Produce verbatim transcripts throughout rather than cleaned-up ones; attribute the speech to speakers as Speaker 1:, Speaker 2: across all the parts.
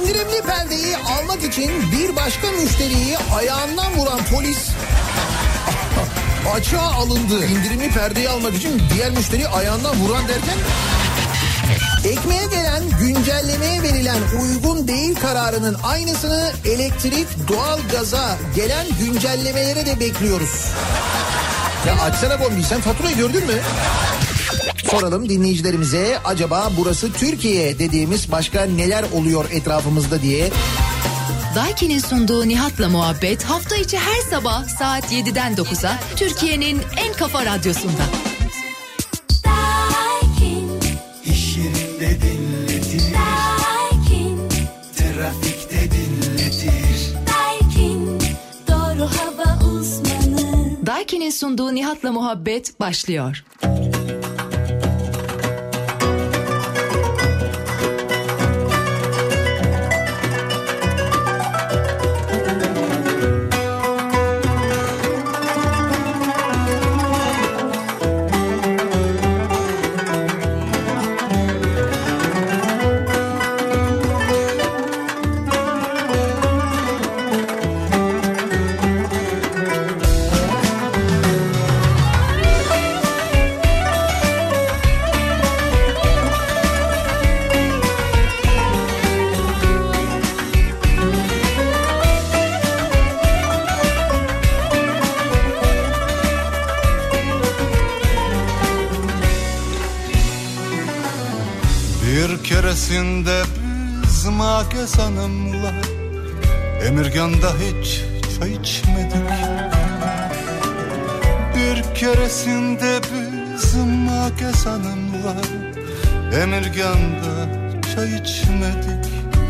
Speaker 1: İndirimli perdeyi almak için bir başka müşteriyi ayağından vuran polis açığa alındı. İndirimli perdeyi almak için diğer müşteriyi ayağından vuran derken... Ekmeğe gelen güncellemeye verilen uygun değil kararının aynısını elektrik, doğal gaza gelen güncellemelere de bekliyoruz. Ya açsana bombi, sen faturayı gördün mü? Soralım dinleyicilerimize, acaba burası Türkiye dediğimiz başka neler oluyor etrafımızda diye.
Speaker 2: Daiki'nin sunduğu Nihat'la Muhabbet hafta içi her sabah saat yediden dokuza Türkiye'nin en kafa radyosunda.
Speaker 3: İş yerinde dinletir, Daikin. Trafikte dinletir, Daikin.
Speaker 2: Doğru hava uzmanı. Daiki'nin sunduğu Nihat'la Muhabbet başlıyor.
Speaker 4: Keresinde biz Makes Hanım'la Emirgan'da hiç çay içmedik. Bir keresinde biz Makes Hanım'la Emirgan'da çay içmedik.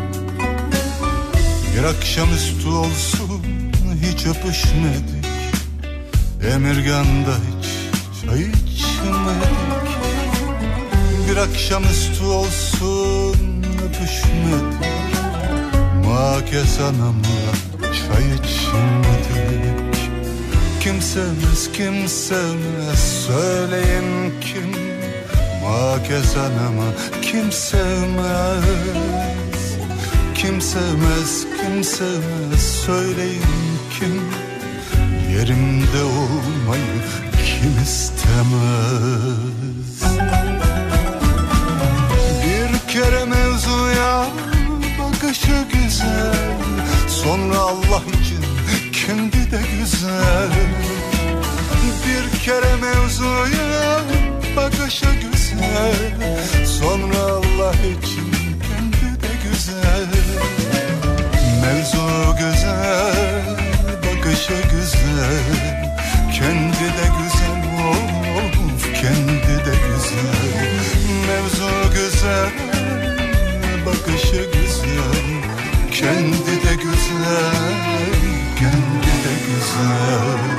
Speaker 4: Bir akşamüstü olsun hiç öpüşmedik. Emirgan'da hiç çay içmedik. Bir akşamüstü olsun öpüşmedik. Makes Hanım'la çay içmedik. Kim sevmez, kim sevmez, söyleyin kim? Makes Hanım'ı kim sevmez? Kim sevmez, kim sevmez, söyleyin kim? Yerimde olmayı kim istemez? Bir kere mevzuya bakışı güzel, sonra Allah için kendi de güzel. Bir kere mevzuya bakışı güzel, sonra Allah için kendi de güzel. Mevzu güzel, bakışı güzel, kendi de güzel, of kendi de güzel. Mevzu güzel, bakışı güzel, kendi de güzel, kendi de güzel.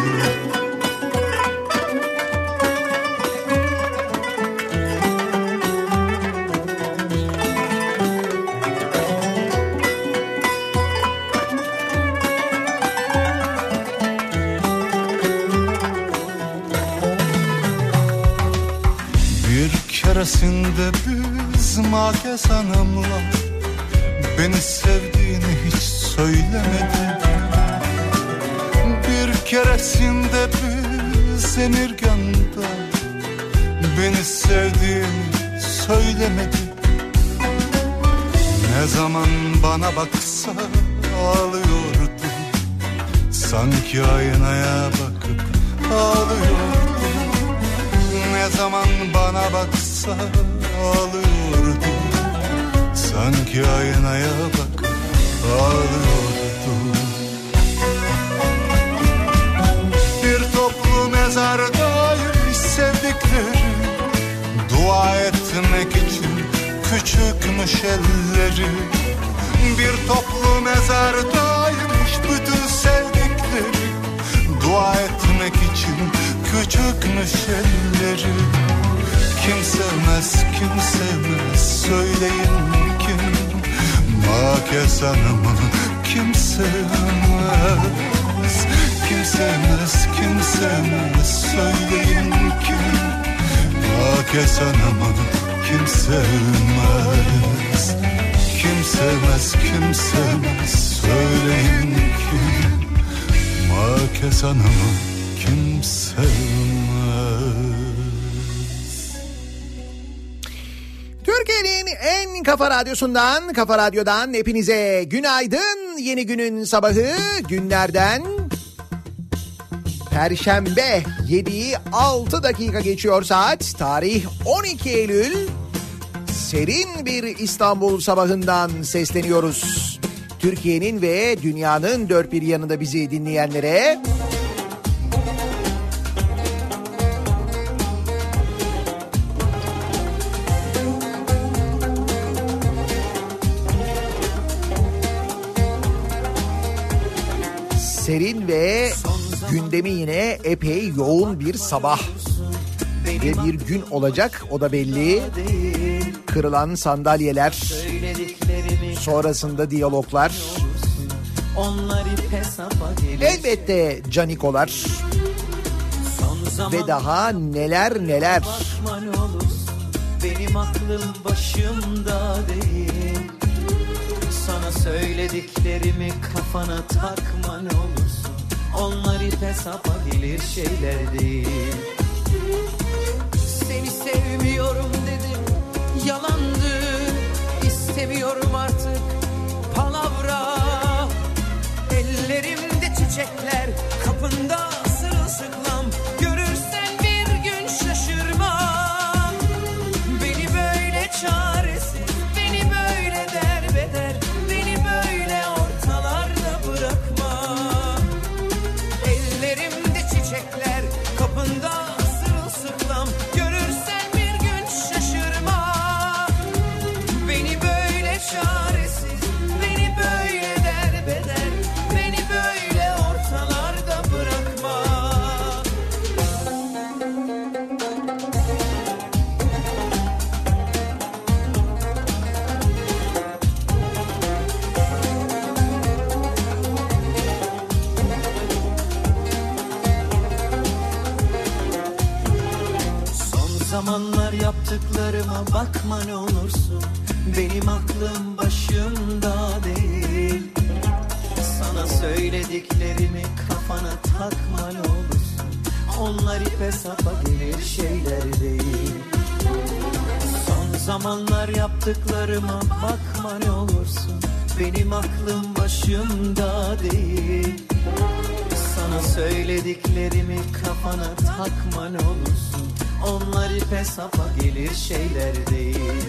Speaker 4: Keresinde biz Makes Hanım'la beni sevdiğini hiç söylemedi. Bir keresinde biz Emirgan'da beni sevdiğini söylemedi. Ne zaman bana baksa ağlıyordu, sanki aynaya bakıp ağlıyordu. Ne zaman bana baksa ağlıyordu, sanki aynaya bakıp ağlıyordu. Bir toplu mezardaymış sevdikleri, dua etmek için küçükmüş elleri. Bir toplu mezardaymış bütün sevdikleri, dua etmek için küçükmüş elleri. Kim sevmez, kim sevmez, söyleyin kim? Makes Hanım'ı kim sevmez? Kim sevmez, kim sevmez, söyleyin kim? Makes Hanım'ı kim sevmez? Kim sevmez, kim sevmez, söyleyin ki Marquez Hanım'ı kim sevmez.
Speaker 1: Türkiye'nin en kafa radyosundan, Kafa Radyo'dan hepinize günaydın. Yeni günün sabahı, günlerden Perşembe, yediyi altı dakika geçiyor saat. Tarih on iki Eylül. Serin bir İstanbul sabahından sesleniyoruz. Türkiye'nin ve dünyanın dört bir yanında bizi dinleyenlere. Serin ve gündemi yine epey yoğun bir sabah ve bir gün olacak, o da belli. Kırılan sandalyeler, sonrasında diyaloglar, elbette canikolar ve daha neler neler.
Speaker 3: Benim aklım başımda değil. Sana söylediklerimi kafana takma ne olursun. Onlar ipe sapa gelir şeyler değil. Seni sevmiyorum dedim, yalandı. İstemiyorum artık palavra. Ellerimde çiçekler, kapında sırılsıklam. Görürsen bir gün şaşırma. Beni böyle çaresiz, beni böyle derbeder, beni böyle ortalarda bırakma. Ellerimde çiçekler, kapında sırılsıklam. Görürsen bir gün şaşırma. Beni böyle çaresiz, beni böyle derbeder, beni böyle ortalarda bırakma. Son zamanlar yaptıklarıma bakma ne olursun. Benim aklım başımda değil. Sana söylediklerimi kafana takma ne olursun. Onlar ipe sapa gelir şeyler değil. Son zamanlar yaptıklarıma bakma ne olursun. Benim aklım başımda değil. Sana söylediklerimi kafana takma ne olursun. Onlar ipe sapa gelir şeyler değil.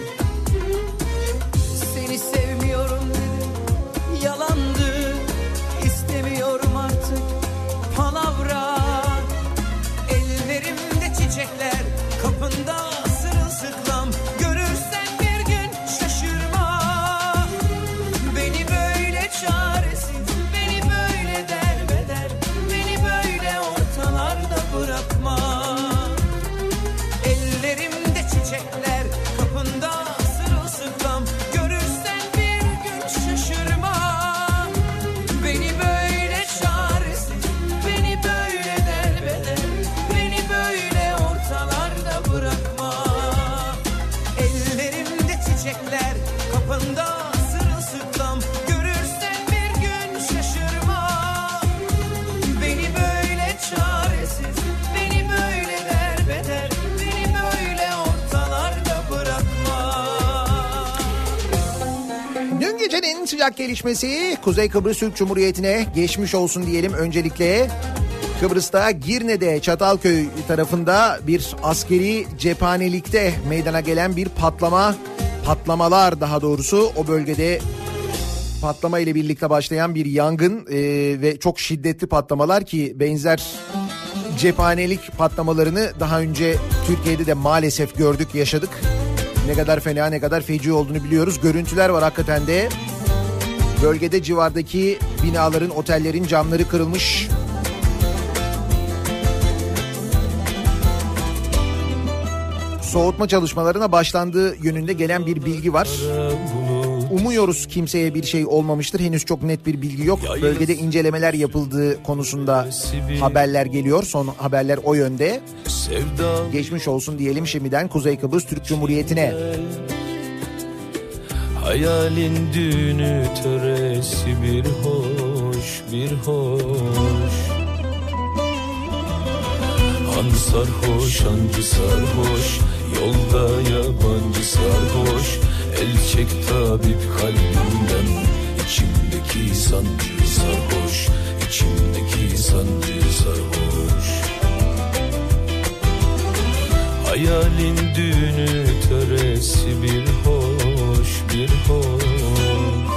Speaker 3: Seni sevmiyorum dedim, yalandı. İstemiyorum artık palavra. Ellerimde çiçekler, kapında sırılsıklam. Görürsen bir gün şaşırma. Beni böyle çaresiz, beni böyle derbeder, beni böyle ortalarda bırakma. Ellerimde çiçekler, kapında sırılsıklam. Görürsen bir gün şaşırma. Beni böyle çaresiz, beni böyle derbeder, beni böyle ortalarda bırakma. Ellerimde çiçekler, kapında sırılsıklam. Görürsen bir gün şaşırma. Beni böyle çaresiz, beni böyle derbeder, beni böyle ortalarda bırakma.
Speaker 1: Dün gecenin sıcak gelişmesi Kuzey Kıbrıs Türk Cumhuriyeti'ne geçmiş olsun diyelim öncelikle. Kıbrıs'ta Girne'de Çatalköy tarafında bir askeri cephanelikte meydana gelen bir patlama, patlamalar daha doğrusu o bölgede patlama ile birlikte başlayan bir yangın e, ve çok şiddetli patlamalar ki benzer cephanelik patlamalarını daha önce Türkiye'de de maalesef gördük, yaşadık. Ne kadar fena, ne kadar feci olduğunu biliyoruz. Görüntüler var hakikaten de. Bölgede civardaki binaların, otellerin camları kırılmış. Soğutma çalışmalarına başlandığı yönünde gelen bir bilgi var. Umuyoruz kimseye bir şey olmamıştır. Henüz çok net bir bilgi yok. Bölgede incelemeler yapıldığı konusunda haberler geliyor. Son haberler o yönde. Geçmiş olsun diyelim şimdiden Kuzey Kıbrıs Türk Cumhuriyeti'ne.
Speaker 5: Hayalin düğünü töresi bir hoş, bir hoş. Han sarhoş, hancı sarhoş, yolda yabancı sarhoş. El çek tabip kalbimden, içimdeki sancı sarhoş, içimdeki sancı sarhoş. Hayalin düğünü töresi bir hoş, bir hoş.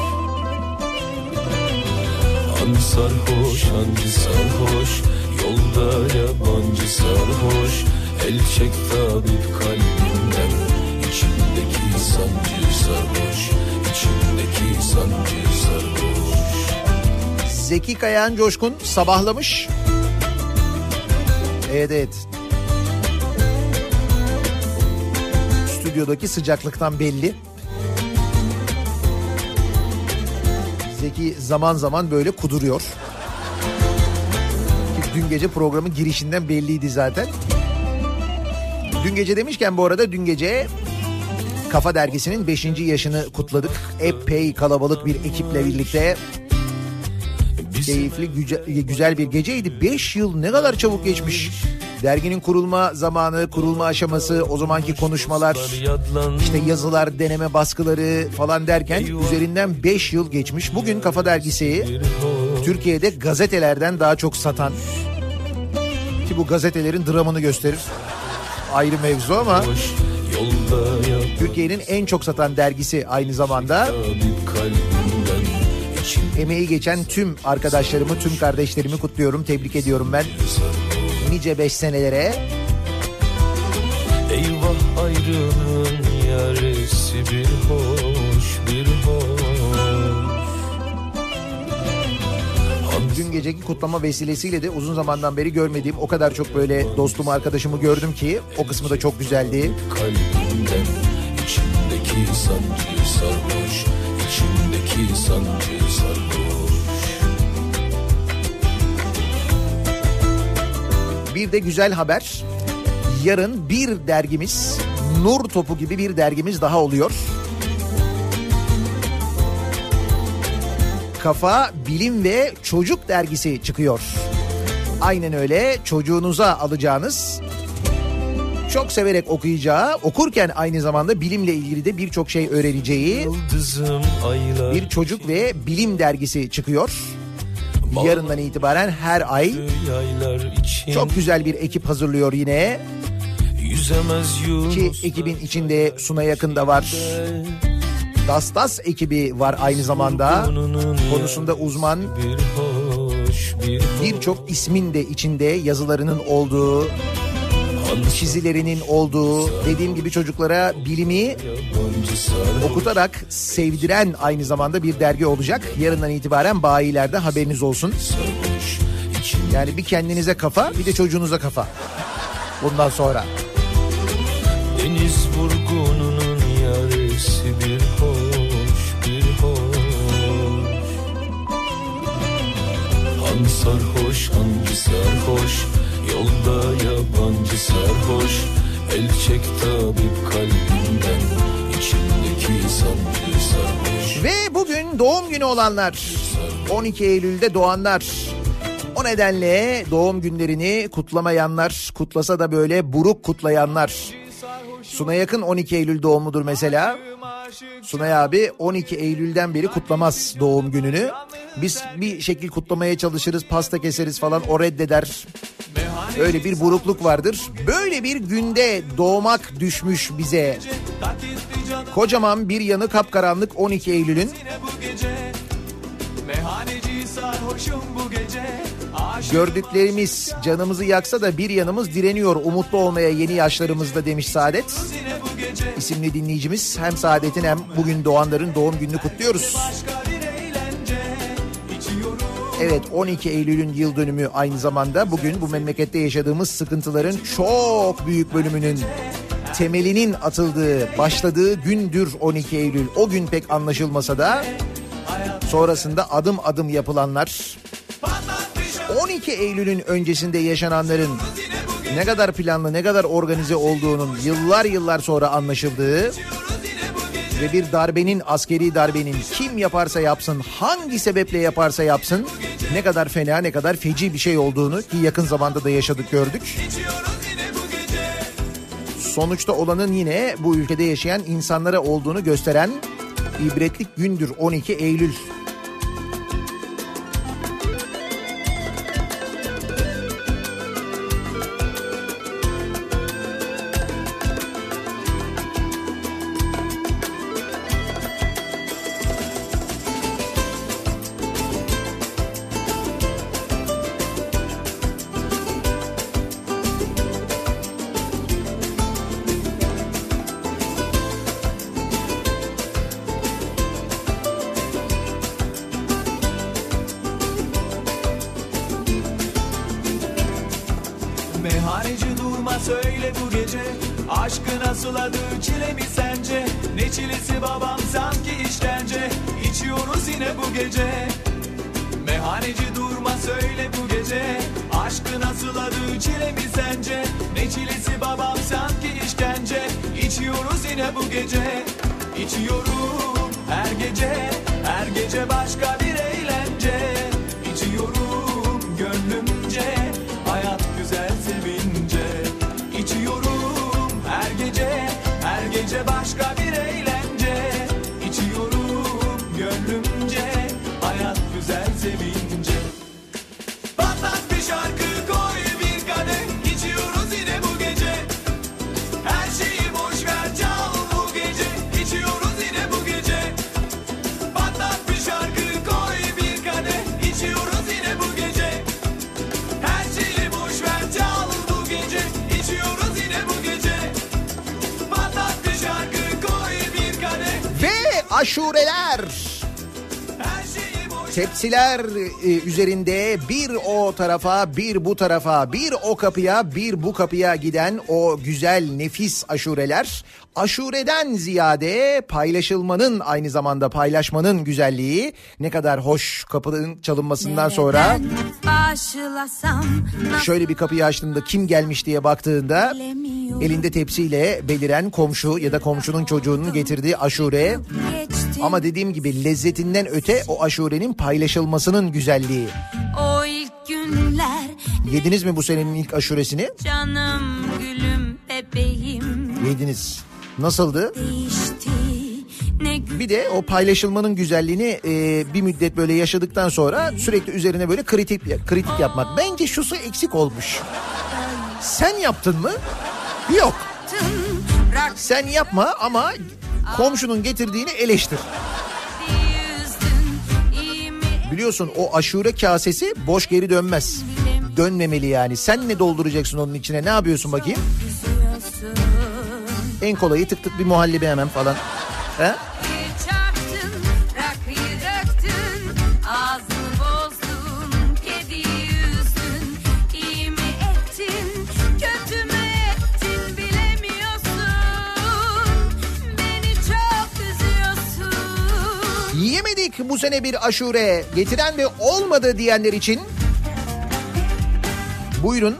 Speaker 5: Han sarhoş, hancı sarhoş, yolda yabancı sarhoş. El çek tabip kalbimden, içimdeki sancı sarhoş, içimdeki sancı sarhoş.
Speaker 1: Zeki Kayan Coşkun sabahlamış. Evet evet. Stüdyodaki sıcaklıktan belli. Zeki zaman zaman böyle kuduruyor. Ki dün gece programın girişinden belliydi zaten. Dün gece demişken bu arada dün gece Kafa Dergisi'nin beşinci yaşını kutladık. Epey kalabalık bir ekiple birlikte. Keyifli, güzel bir geceydi. beş yıl ne kadar çabuk geçmiş. Derginin kurulma zamanı, kurulma aşaması, o zamanki konuşmalar, işte yazılar, deneme baskıları falan derken üzerinden beş yıl geçmiş. Bugün Kafa Dergisi Türkiye'de gazetelerden daha çok satan, ki bu gazetelerin dramını gösterir, ayrı mevzu ama Türkiye'nin en çok satan dergisi aynı zamanda. Emeği geçen tüm arkadaşlarımı, tüm kardeşlerimi kutluyorum, tebrik ediyorum ben. Nice beş senelere.
Speaker 5: Eyvah ayrılığın yaresi bir hoş, bir hoş.
Speaker 1: Dün geceki kutlama vesilesiyle de uzun zamandan beri görmediğim o kadar çok böyle dostumu, arkadaşımı gördüm ki o kısmı da çok güzeldi.
Speaker 5: Kalbimden içimdeki sancı sarhoş, içimdeki sancı sarhoş.
Speaker 1: Bir de güzel haber. Yarın bir dergimiz, Nur Topu gibi bir dergimiz daha oluyor. Kafa Bilim ve Çocuk dergisi çıkıyor. Aynen öyle, çocuğunuza alacağınız, çok severek okuyacağı, okurken aynı zamanda bilimle ilgili de birçok şey öğreneceği bir çocuk ve bilim dergisi çıkıyor. Yarından itibaren her ay çok güzel bir ekip hazırlıyor yine. Ki ekibin içinde Suna Yakın da var. Dastas ekibi var aynı zamanda. Konusunda uzman birçok ismin de içinde yazılarının olduğu, çizilerinin olduğu, dediğim gibi çocuklara bilimi okutarak sevdiren aynı zamanda bir dergi olacak. Yarından itibaren bayilerde, haberiniz olsun. Yani bir kendinize kafa, bir de çocuğunuza kafa. Bundan sonra.
Speaker 5: Deniz vurgununun yaresi bir hoş, bir hoş. Han sarhoş, hancı sarhoş, yolda yabancı sarhoş. El çek tabip kalbimden, içimdeki sancı sarhoş.
Speaker 1: Ve bugün doğum günü olanlar, on iki Eylül'de doğanlar. O nedenle doğum günlerini kutlamayanlar, kutlasa da böyle buruk kutlayanlar. Suna Yakın on iki Eylül doğumludur mesela. Sunay abi on iki Eylül'den beri kutlamaz doğum gününü. Biz bir şekil kutlamaya çalışırız, pasta keseriz falan, o reddeder. Öyle bir burukluk vardır. Böyle bir günde doğmak düşmüş bize. Kocaman bir yanı kapkaranlık on iki Eylül'ün. Gördüklerimiz canımızı yaksa da bir yanımız direniyor umutlu olmaya yeni yaşlarımızda demiş Saadet. İsimli dinleyicimiz. Hem Saadet'in hem bugün doğanların doğum gününü kutluyoruz. Evet, on iki Eylül'ün yıl dönümü aynı zamanda. Bugün bu memlekette yaşadığımız sıkıntıların çok büyük bölümünün temelinin atıldığı, başladığı gündür on iki Eylül. O gün pek anlaşılmasa da sonrasında adım adım yapılanlar, on iki Eylül'ün öncesinde yaşananların ne kadar planlı, ne kadar organize olduğunun yıllar yıllar sonra anlaşıldığı Ve bir darbenin, askeri darbenin kim yaparsa yapsın, hangi sebeple yaparsa yapsın ne kadar fena, ne kadar feci bir şey olduğunu ki yakın zamanda da yaşadık, gördük. Sonuçta olanın yine bu ülkede yaşayan insanlara olduğunu gösteren ibretlik gündür on iki Eylül.
Speaker 3: Meyhaneci durma söyle bu gece, aşkı nasıl adı çile mi sence? Ne çilesi babam sanki işkence, içiyoruz yine bu gece. Meyhaneci durma söyle bu gece, aşkı nasıl adı çile mi sence? Ne çilesi babam sanki işkence, içiyoruz yine bu gece. İçiyorum her gece, her gece başka bir eğlence. İçiyorum gönlümce, hayat güzel sevince. İçiyorum her gece, her gece başka bir eğlence. İçiyorum gönlümce, hayat güzel sevince. Patlat bir şarkı koy bir kadeh, içiyoruz yine bu gece. Her şeyi boş ver çal bu gece, içiyoruz yine bu gece. Patlat bir şarkı koy bir kadeh, içiyoruz yine bu gece. Her şeyi boş ver çal bu gece, içiyoruz yine bu gece. Patlat bir şarkı koy bir kadeh.
Speaker 1: Ve aşureler.
Speaker 3: Her şeyi boş
Speaker 1: Tepsiler e, üzerinde bir o tarafa, bir bu tarafa, bir o kapıya, bir bu kapıya giden o güzel nefis aşureler. Aşureden ziyade paylaşılmanın, aynı zamanda paylaşmanın güzelliği ne kadar hoş. Kapının çalınmasından sonra şöyle bir kapıyı açtığında kim gelmiş diye baktığında elinde tepsiyle beliren komşu ya da komşunun çocuğunun getirdiği aşure. Ama dediğim gibi lezzetinden öte o aşurenin paylaşılmasının güzelliği.
Speaker 6: O ilk günler
Speaker 1: Yediniz mi bu senenin ilk aşuresini?
Speaker 6: canım gülüm bebeğim
Speaker 1: Yediniz. Nasıldı?
Speaker 6: değişti ne gü-
Speaker 1: Bir de o paylaşılmanın güzelliğini e, bir müddet böyle yaşadıktan sonra sürekli üzerine böyle kritik kritik yapmak. Bence şusu eksik olmuş. Sen yaptın mı? Yok.
Speaker 6: bırak
Speaker 1: Sen yapma ama komşunun getirdiğini eleştir.
Speaker 6: yüzdün iyi mi
Speaker 1: Biliyorsun o aşure kasesi boş geri dönmez. Dönmemeli yani. Sen ne dolduracaksın onun içine? Ne yapıyorsun bakayım?
Speaker 6: üzüyorsun
Speaker 1: En kolayı tık tık bir muhallebi hemen falan. He?
Speaker 6: çarptın rakıyı döktün ağzını bozdun kediyi üzdün iyi mi ettin kötü mü ettin bilemiyorsun beni çok üzüyorsun.
Speaker 1: Yemedik bu sene bir aşure. Getiren ve olmadı diyenler için buyurun.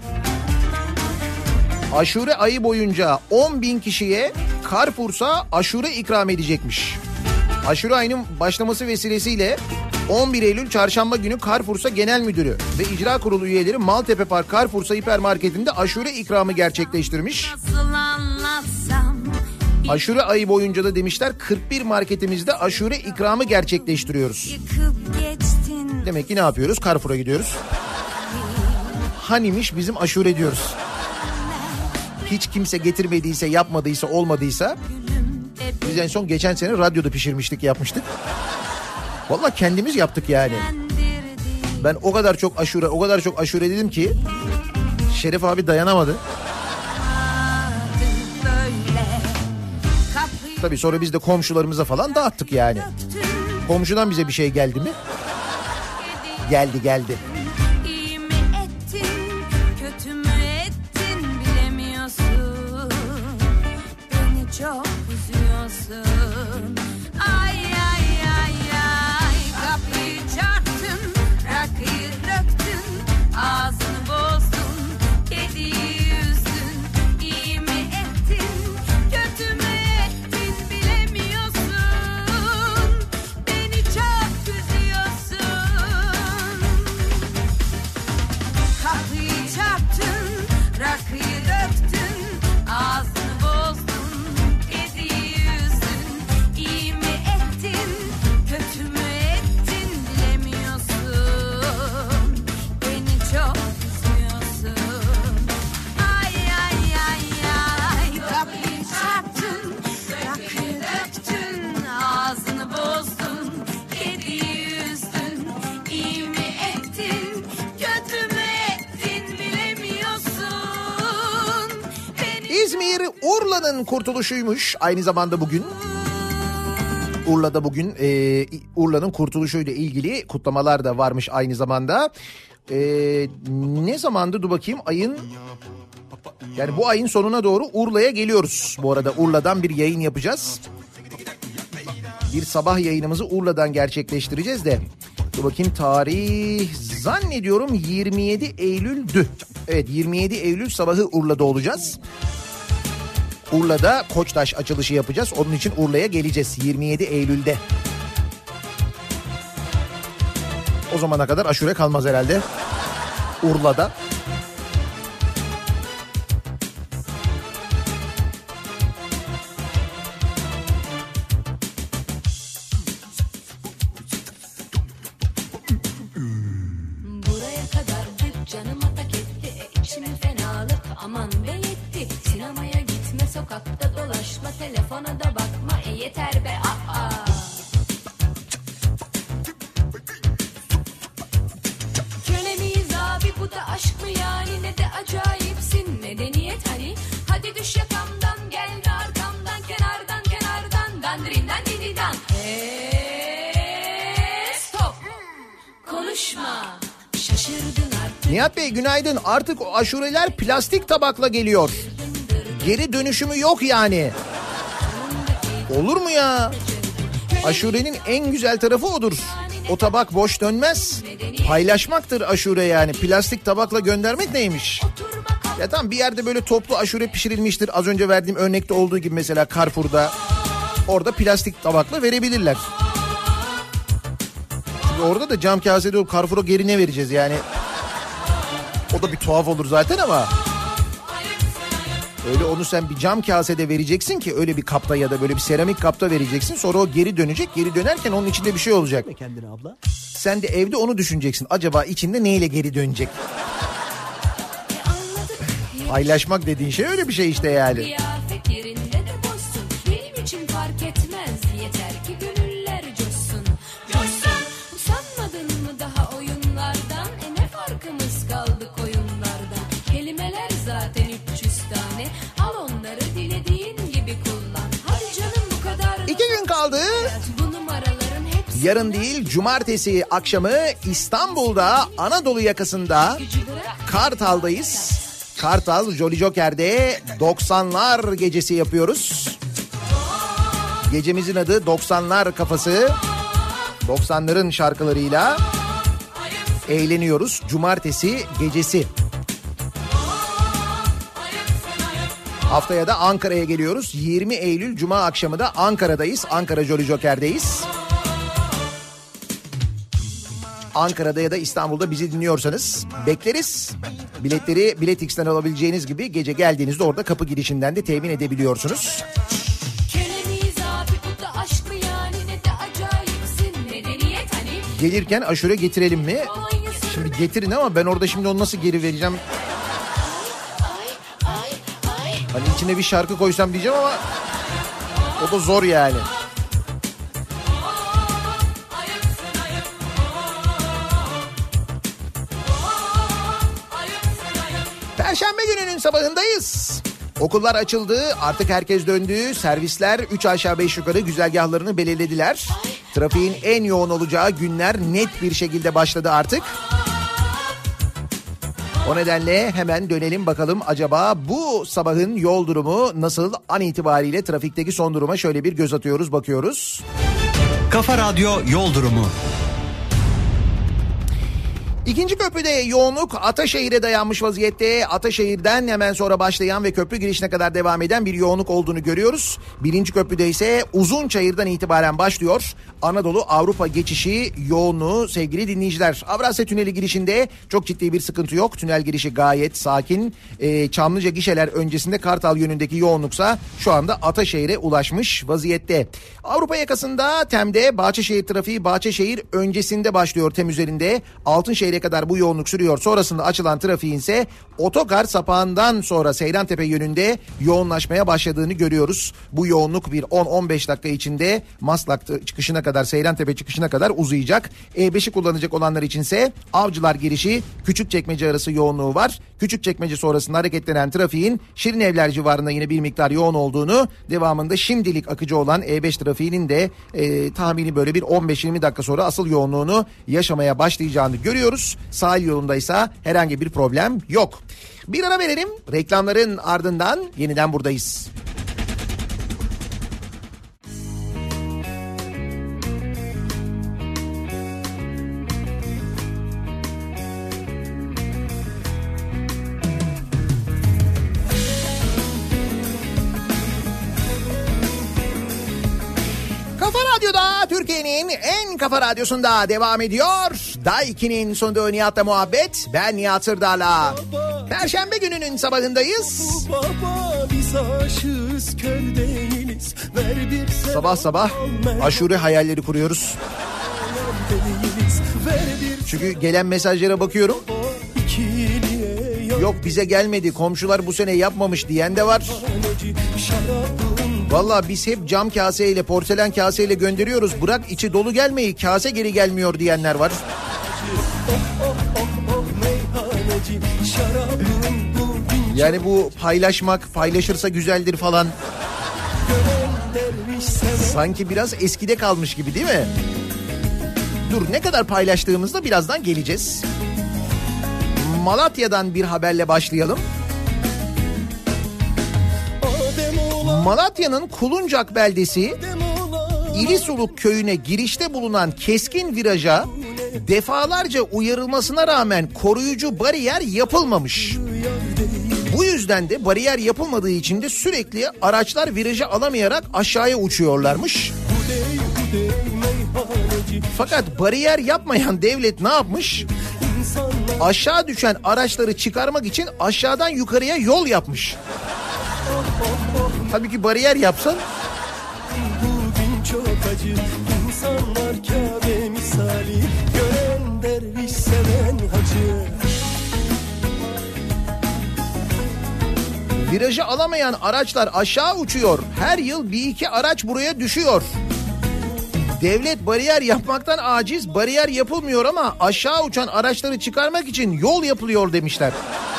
Speaker 1: Aşure ayı boyunca on bin kişiye Carrefour'sa aşure ikram edecekmiş. Aşure ayının başlaması vesilesiyle on bir Eylül Çarşamba günü Carrefour'sa Genel Müdürü ve İcra Kurulu üyeleri Maltepe Park Carrefour'sa hipermarketinde aşure ikramı gerçekleştirmiş.
Speaker 6: Nasıl anlatsam
Speaker 1: Aşure ayı boyunca da demişler kırk bir marketimizde aşure ikramı gerçekleştiriyoruz.
Speaker 6: yıkıp geçtin
Speaker 1: Demek ki ne yapıyoruz? Carrefour'a gidiyoruz. Hanimiş bizim aşure diyoruz. Hiç kimse getirmediyse, yapmadıysa, olmadıysa biz en son geçen sene radyoda pişirmiştik, yapmıştık. Vallahi kendimiz yaptık yani. Ben o kadar çok aşure, o kadar çok aşure dedim ki Şeref abi dayanamadı. Tabii sonra biz de komşularımıza falan dağıttık yani. Komşudan bize bir şey geldi mi? Geldi geldi.
Speaker 6: İyi mi ettin, kötü mü ettin bilemiyorsun. Beni çok üzüyorsun. Ay ay ay ay, kapıyı çarptın, rakıyı döktün, ağzını bozdun, kediyi üzdün. İyi mi ettin, kötü mü ettin bilemiyorsun.
Speaker 1: İzmir Urla'nın kurtuluşuymuş aynı zamanda bugün. Urla'da bugün e, Urla'nın kurtuluşuyla ilgili kutlamalar da varmış aynı zamanda. E, ne zamandı dur bakayım ayın... Yani bu ayın sonuna doğru Urla'ya geliyoruz. Bu arada Urla'dan bir yayın yapacağız. Bir sabah yayınımızı Urla'dan gerçekleştireceğiz de. Dur bakayım tarih zannediyorum yirmi yedi Eylül'dü. Evet yirmi yedi Eylül sabahı Urla'da olacağız. Urla'da Koçtaş açılışı yapacağız. Onun için Urla'ya geleceğiz yirmi yedi Eylül'de. O zamana kadar aşure kalmaz herhalde Urla'da.
Speaker 6: Sokakta dolaşma, telefona da bakma, e yeter be aa. Köle miyiz abi, bu da aşk mı yani? Ne de acayipsin, medeniyet hani. Hadi düş yakamdan, gelme arkamdan, kenardan kenardan, dandirinden dinidan. Eee stop, konuşma, şaşırdın artık.
Speaker 1: Nihat Bey günaydın, artık o aşureler plastik tabakla geliyor. Geri dönüşümü yok yani. Olur mu ya? Aşurenin en güzel tarafı odur. O tabak boş dönmez. Paylaşmaktır aşure yani. Plastik tabakla göndermek neymiş? Ya tamam bir yerde böyle toplu aşure pişirilmiştir. Az önce verdiğim örnekte olduğu gibi mesela Carrefour'da. Orada plastik tabakla verebilirler. Şimdi orada da cam kasede olup Carrefour'a geri ne vereceğiz yani? O da bir tuhaf olur zaten ama... Öyle onu sen bir cam kasede vereceksin ki öyle bir kapta ya da böyle bir seramik kapta vereceksin. Sonra o geri dönecek. Geri dönerken onun içinde bir şey olacak.
Speaker 7: Kendine abla.
Speaker 1: Sen de evde onu düşüneceksin. Acaba içinde neyle geri dönecek? Paylaşmak dediğin şey öyle bir şey işte yani.
Speaker 6: Kıyafet yerinde de bozsun. Benim için fark etmez. Yeter ki gönüller coşsun. Coşsun. Usanmadın mı daha oyunlardan? E ne farkımız kaldı oyunlardan? Kelimeler zaten üç yüz tane. Al onları dilediğin gibi kullan. Hadi canım bu kadar.
Speaker 1: İki gün kaldı.
Speaker 6: Bu numaraların hepsi.
Speaker 1: Yarın değil cumartesi akşamı İstanbul'da Anadolu yakasında Kartal'dayız. Kartal Jolly Joker'de doksanlar gecesi yapıyoruz. Gecemizin adı doksanlar kafası. doksanların şarkılarıyla eğleniyoruz. Cumartesi gecesi. Haftaya da Ankara'ya geliyoruz. yirmi Eylül Cuma akşamı da Ankara'dayız. Ankara Jolly Joker'deyiz. Ankara'da ya da İstanbul'da bizi dinliyorsanız bekleriz. Biletleri Biletix'ten alabileceğiniz gibi gece geldiğinizde orada kapı girişinden de temin edebiliyorsunuz. Gelirken aşure getirelim mi? Şimdi getirin ama ben orada şimdi onu nasıl geri vereceğim? Hani içine bir şarkı koysam diyeceğim ama o da zor yani. Perşembe gününün sabahındayız. Okullar açıldı, artık herkes döndü. Servisler üç aşağı beş yukarı güzergahlarını belirlediler. Trafiğin en yoğun olacağı günler net bir şekilde başladı artık. O nedenle hemen dönelim bakalım acaba bu sabahın yol durumu nasıl? An itibariyle trafikteki son duruma şöyle bir göz atıyoruz, bakıyoruz.
Speaker 7: Kafa Radyo Yol Durumu.
Speaker 1: İkinci köprüde yoğunluk Ataşehir'e dayanmış vaziyette. Ataşehir'den hemen sonra başlayan ve köprü girişine kadar devam eden bir yoğunluk olduğunu görüyoruz. Birinci köprüde ise Uzunçayır'dan itibaren başlıyor. Anadolu Avrupa geçişi yoğunluğu sevgili dinleyiciler. Avrasya Tüneli girişinde çok ciddi bir sıkıntı yok. Tünel girişi gayet sakin. Ee, Çamlıca gişeler öncesinde Kartal yönündeki yoğunluksa şu anda Ataşehir'e ulaşmış vaziyette. Avrupa yakasında Tem'de Bahçeşehir trafiği Bahçeşehir öncesinde başlıyor Tem üzerinde. Altınşehir'e Seyrantepe'ye kadar bu yoğunluk sürüyor. Sonrasında açılan trafiğin ise otogar sapağından sonra Seyrantepe yönünde yoğunlaşmaya başladığını görüyoruz. Bu yoğunluk bir on on beş dakika içinde Maslak çıkışına kadar, Seyrantepe çıkışına kadar uzayacak. E beşi kullanacak olanlar içinse Avcılar girişi Küçükçekmece arası yoğunluğu var. Küçükçekmece sonrasında hareketlenen trafiğin Şirinevler civarında yine bir miktar yoğun olduğunu, devamında şimdilik akıcı olan E beş trafiğinin de e, tahmini böyle bir on beş yirmi dakika sonra asıl yoğunluğunu yaşamaya başlayacağını görüyoruz. Sahil yolundaysa herhangi bir problem yok. Bir ara verelim. Reklamların ardından yeniden buradayız. Türkiye'nin en kafa radyosunda devam ediyor. Daiki'nin sunduğu Nihat'la muhabbet. Ben Nihat Sırdar'la. Perşembe gününün sabahındayız.
Speaker 8: Baba, biz aşığız, kör değiliz. Ver bir
Speaker 1: sabah sabah aşure hayalleri kuruyoruz. Çünkü gelen mesajlara bakıyorum. Yok bize gelmedi, komşular bu sene yapmamış diyen de var. Vallahi biz hep cam kaseyle, porselen kaseyle gönderiyoruz. Bırak içi dolu gelmeyi, kase geri gelmiyor diyenler var. Yani bu paylaşmak, paylaşırsa güzeldir falan. Sanki biraz eskide kalmış gibi değil mi? Dur, ne kadar paylaştığımızda birazdan geleceğiz. Malatya'dan bir haberle başlayalım. Malatya'nın Kuluncak beldesi İlisuluk köyüne girişte bulunan keskin viraja defalarca uyarılmasına rağmen koruyucu bariyer yapılmamış. Bu yüzden de bariyer yapılmadığı için de sürekli araçlar virajı alamayarak aşağıya uçuyorlarmış. Fakat bariyer yapmayan devlet ne yapmış? Aşağı düşen araçları çıkarmak için aşağıdan yukarıya yol yapmış. Halbuki bariyer yapsan.
Speaker 8: Bugün çok acı, insanlar Kabe misali, gören derviş seven hacı.
Speaker 1: Virajı alamayan araçlar aşağı uçuyor. Her yıl bir iki araç buraya düşüyor. Devlet bariyer yapmaktan aciz, bariyer yapılmıyor ama aşağı uçan araçları çıkarmak için yol yapılıyor demişler.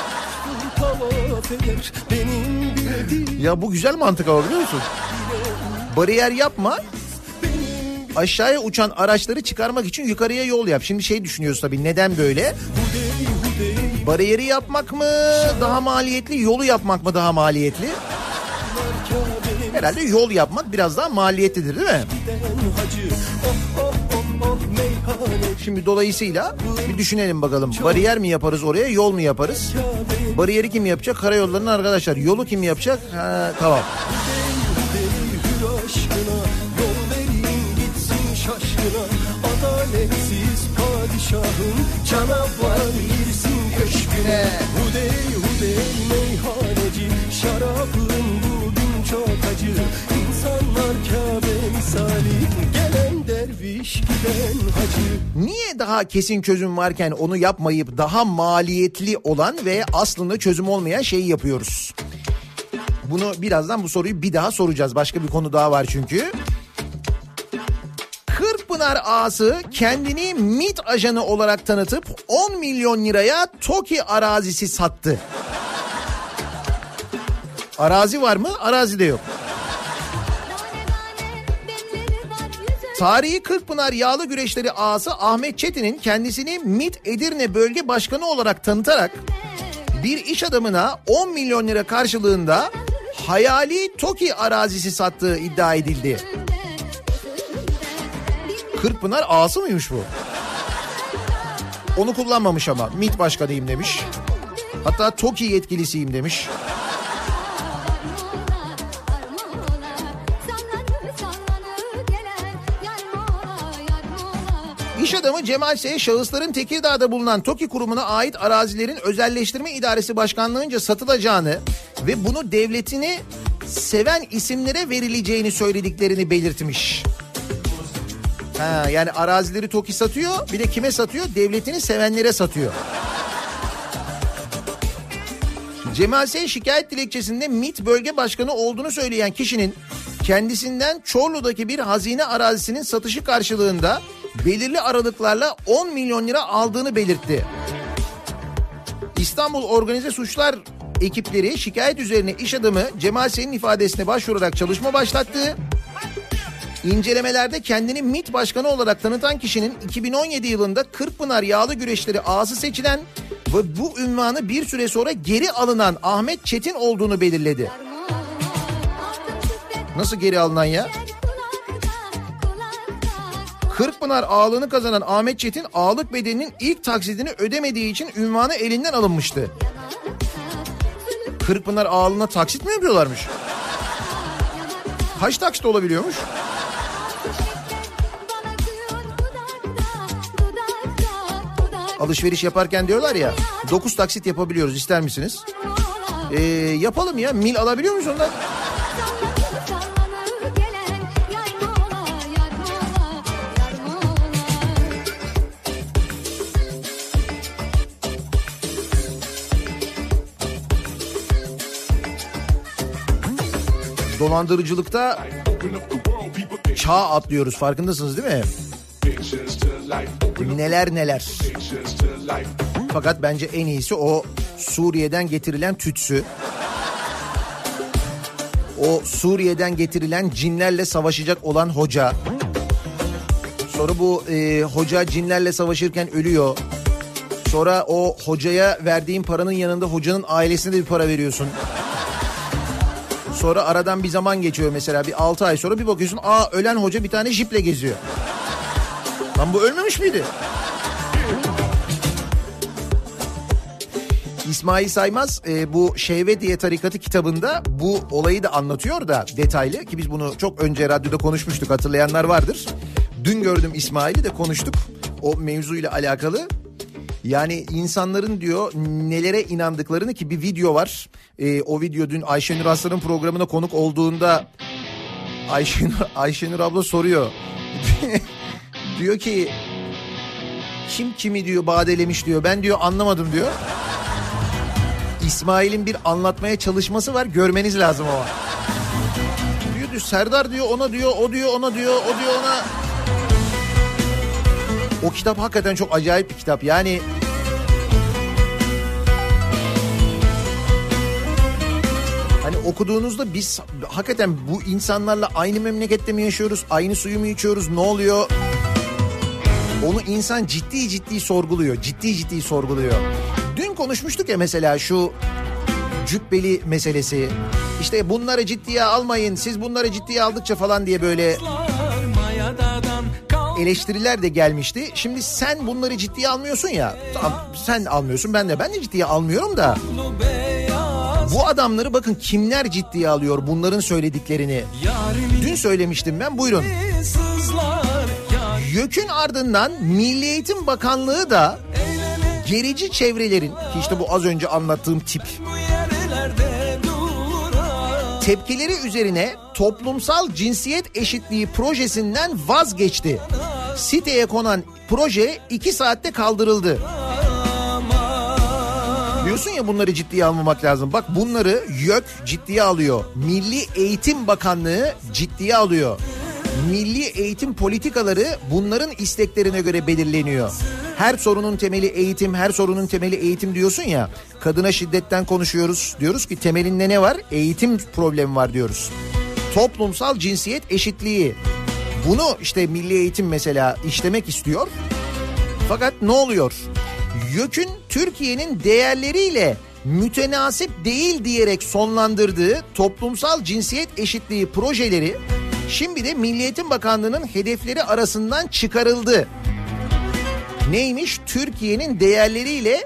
Speaker 1: Ya bu güzel mantık ama, biliyor musun? Bariyer yapma, aşağıya uçan araçları çıkarmak için yukarıya yol yap. Şimdi şey düşünüyoruz tabii, neden böyle? Bariyeri yapmak mı daha maliyetli, yolu yapmak mı daha maliyetli? Herhalde yol yapmak biraz daha maliyetlidir değil mi? Şimdi dolayısıyla bir düşünelim bakalım. Bariyer mi yaparız oraya, yol mu yaparız? Bariyeri kim yapacak? Karayollarının arkadaşlar. Yolu kim yapacak? Ha, tamam. Adaletsiz padişahın canavar girsin köşküne. Hudey hudey meyhaneci, şarabın bugün çok acı. İnsanlar Kabe misali, gelen derviş giden hacı. Niye daha kesin çözüm varken onu yapmayıp daha maliyetli olan ve aslında çözüm olmayan şeyi yapıyoruz? Bunu birazdan, bu soruyu bir daha soracağız. Başka bir konu daha var çünkü. Kırkpınar ağası kendini MİT ajanı olarak tanıtıp on milyon liraya TOKİ arazisi sattı. Arazi var mı? Arazi de yok. Tarihi Kırkpınar Yağlı Güreşleri ağası Ahmet Çetin'in kendisini MİT Edirne Bölge Başkanı olarak tanıtarak bir iş adamına on milyon lira karşılığında hayali TOKİ arazisi sattığı iddia edildi. Kırkpınar ağası mıymış bu? Onu kullanmamış ama MİT başkanıyım demiş. Hatta TOKİ yetkilisiyim demiş. İş adamı Cemal S. şahısların Tekirdağ'da bulunan TOKİ kurumuna ait arazilerin Özelleştirme İdaresi Başkanlığı'nca satılacağını ve bunu devletini seven isimlere verileceğini söylediklerini belirtmiş. Ha, yani arazileri TOKİ satıyor, bir de kime satıyor? Devletini sevenlere satıyor. Cemal S. şikayet dilekçesinde MİT bölge başkanı olduğunu söyleyen kişinin kendisinden Çorlu'daki bir hazine arazisinin satışı karşılığında belirli aralıklarla on milyon lira aldığını belirtti. İstanbul Organize Suçlar ekipleri şikayet üzerine iş adamı Cemal S.'nin ifadesine başvurarak çalışma başlattı. İncelemelerde kendini MİT başkanı olarak tanıtan kişinin iki bin on yedi yılında Kırkpınar Yağlı Güreşleri ağası seçilen ve bu ünvanı bir süre sonra geri alınan Ahmet Çetin olduğunu belirledi. Nasıl geri alınan ya? Kırkpınar ağalığını kazanan Ahmet Çetin ağalık bedelinin ilk taksidini ödemediği için ünvanı elinden alınmıştı. Kırkpınar ağalığına taksit mi yapıyorlarmış? Kaç taksit olabiliyormuş? Alışveriş yaparken diyorlar ya, dokuz taksit yapabiliyoruz, ister misiniz? Ee, yapalım ya, mil alabiliyor muyuz ondan? Dolandırıcılıkta çağ atlıyoruz, farkındasınız değil mi? Neler neler. Fakat bence en iyisi o Suriye'den getirilen tütsü. O Suriye'den getirilen cinlerle savaşacak olan hoca. Sonra bu e, hoca cinlerle savaşırken ölüyor. Sonra o hocaya verdiğin paranın yanında hocanın ailesine de bir para veriyorsun. Sonra aradan bir zaman geçiyor, mesela bir altı ay sonra bir bakıyorsun, aa ölen hoca bir tane jiple geziyor. Lan bu ölmemiş miydi? İsmail Saymaz e, bu Şehvetiye Tarikatı kitabında bu olayı da anlatıyor da detaylı, ki biz bunu çok önce radyoda konuşmuştuk, hatırlayanlar vardır. Dün gördüm İsmail'i de konuştuk o mevzuyla alakalı. Yani insanların diyor nelere inandıklarını, ki bir video var. Ee, o video dün Ayşenur Aslan'ın programına konuk olduğunda Ayşenur, Ayşenur abla soruyor. Diyor ki kim kimi diyor badelemiş diyor, ben diyor anlamadım diyor. İsmail'in bir anlatmaya çalışması var, görmeniz lazım o. Diyor, diyor Serdar diyor ona diyor, o diyor ona diyor, o diyor ona. O kitap hakikaten çok acayip bir kitap. Yani hani okuduğunuzda biz hakikaten bu insanlarla aynı memlekette mi yaşıyoruz? Aynı suyu mu içiyoruz? Ne oluyor? Onu insan ciddi ciddi sorguluyor. Ciddi ciddi sorguluyor. Dün konuşmuştuk ya mesela şu cübbeli meselesi. İşte bunları ciddiye almayın, siz bunları ciddiye aldıkça falan diye böyle eleştiriler de gelmişti. Şimdi sen bunları ciddiye almıyorsun ya. Tamam, sen almıyorsun, ben de ben de ciddiye almıyorum da. Bu adamları bakın kimler ciddiye alıyor bunların söylediklerini. Dün söylemiştim ben, buyurun. YÖK'ün ardından Milli Eğitim Bakanlığı da gerici çevrelerin, ki işte bu az önce anlattığım tip, tepkileri üzerine toplumsal cinsiyet eşitliği projesinden vazgeçti. Siteye konan proje iki saatte kaldırıldı. Diyorsun ya bunları ciddiye almamak lazım. Bak bunları YÖK ciddiye alıyor. Milli Eğitim Bakanlığı ciddiye alıyor. Milli eğitim politikaları bunların isteklerine göre belirleniyor. Her sorunun temeli eğitim, her sorunun temeli eğitim diyorsun ya. Kadına şiddetten konuşuyoruz. Diyoruz ki temelinde ne var? Eğitim problemi var diyoruz. Toplumsal cinsiyet eşitliği. Bunu işte Milli Eğitim mesela işlemek istiyor. Fakat ne oluyor? YÖK'ün Türkiye'nin değerleriyle mütenasip değil diyerek sonlandırdığı toplumsal cinsiyet eşitliği projeleri şimdi de Milli Eğitim Bakanlığı'nın hedefleri arasından çıkarıldı. Neymiş? Türkiye'nin değerleriyle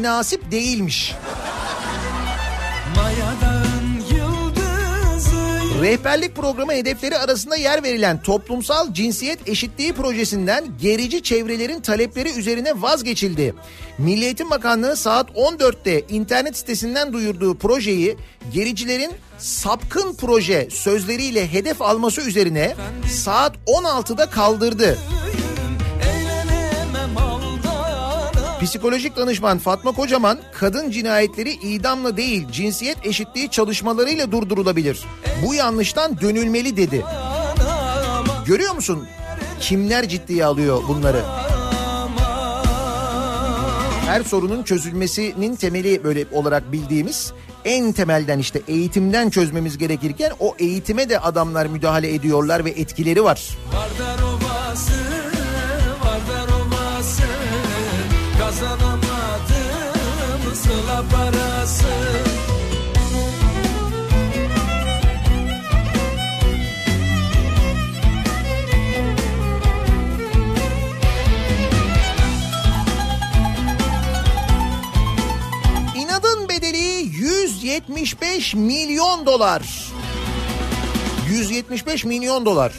Speaker 1: mütenasip değilmiş. Rehberlik programı hedefleri arasında yer verilen toplumsal cinsiyet eşitliği projesinden gerici çevrelerin talepleri üzerine vazgeçildi. Milli Eğitim Bakanlığı saat on dörtte internet sitesinden duyurduğu projeyi gericilerin sapkın proje sözleriyle hedef alması üzerine saat on altıda kaldırdı. Psikolojik danışman Fatma Kocaman, kadın cinayetleri idamla değil cinsiyet eşitliği çalışmalarıyla durdurulabilir. Bu yanlıştan dönülmeli dedi. Görüyor musun? Kimler ciddiye alıyor bunları? Her sorunun çözülmesinin temeli böyle olarak bildiğimiz en temelden işte eğitimden çözmemiz gerekirken o eğitime de adamlar müdahale ediyorlar ve etkileri var.
Speaker 3: Vardar obası, vardar obası, kazanamadım sıla parası.
Speaker 1: İnadın bedeli yüz yetmiş beş milyon dolar. yüz yetmiş beş milyon dolar.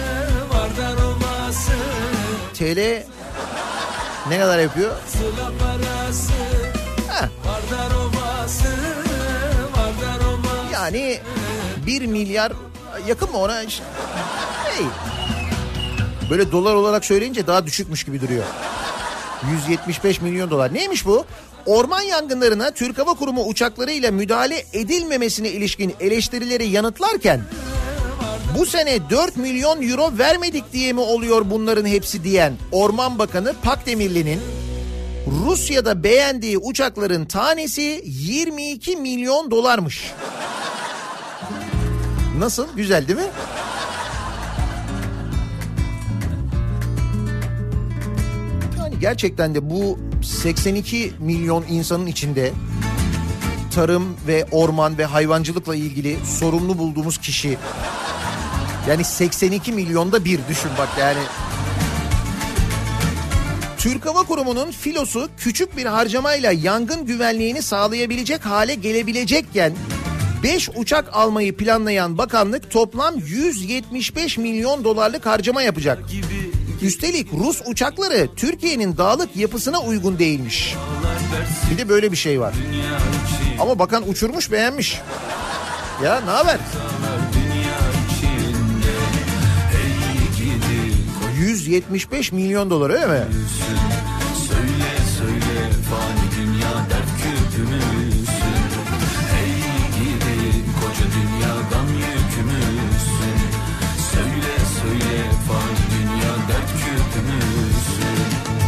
Speaker 1: T L ne kadar yapıyor? Heh. Yani bir milyar yakın mı ona? Hey. Böyle dolar olarak söyleyince daha düşükmüş gibi duruyor. yüz yetmiş beş milyon dolar. Neymiş bu? Orman yangınlarına Türk Hava Kurumu uçaklarıyla müdahale edilmemesine ilişkin eleştirileri yanıtlarken bu sene dört milyon euro vermedik diye mi oluyor bunların hepsi diyen Orman Bakanı Pakdemirli'nin Rusya'da beğendiği uçakların tanesi yirmi iki milyon dolarmış. Nasıl? Güzel değil mi? Yani gerçekten de bu seksen iki milyon insanın içinde tarım ve orman ve hayvancılıkla ilgili sorumlu bulduğumuz kişi, yani seksen iki milyonda bir düşün bak yani. Türk Hava Kurumu'nun filosu küçük bir harcamayla yangın güvenliğini sağlayabilecek hale gelebilecekken beş uçak almayı planlayan bakanlık toplam yüz yetmiş beş milyon dolarlık harcama yapacak. Üstelik Rus uçakları Türkiye'nin dağlık yapısına uygun değilmiş. Bir de böyle bir şey var. Ama bakan uçurmuş, beğenmiş. Ya ne haber? yüz yetmiş beş milyon dolar öyle mi? Söyle söyle fani dünya dert küpümüzsün. Ey gidi koca dünyadan yükümüzsün. Söyle söyle fani dünya dert küpümüzsün.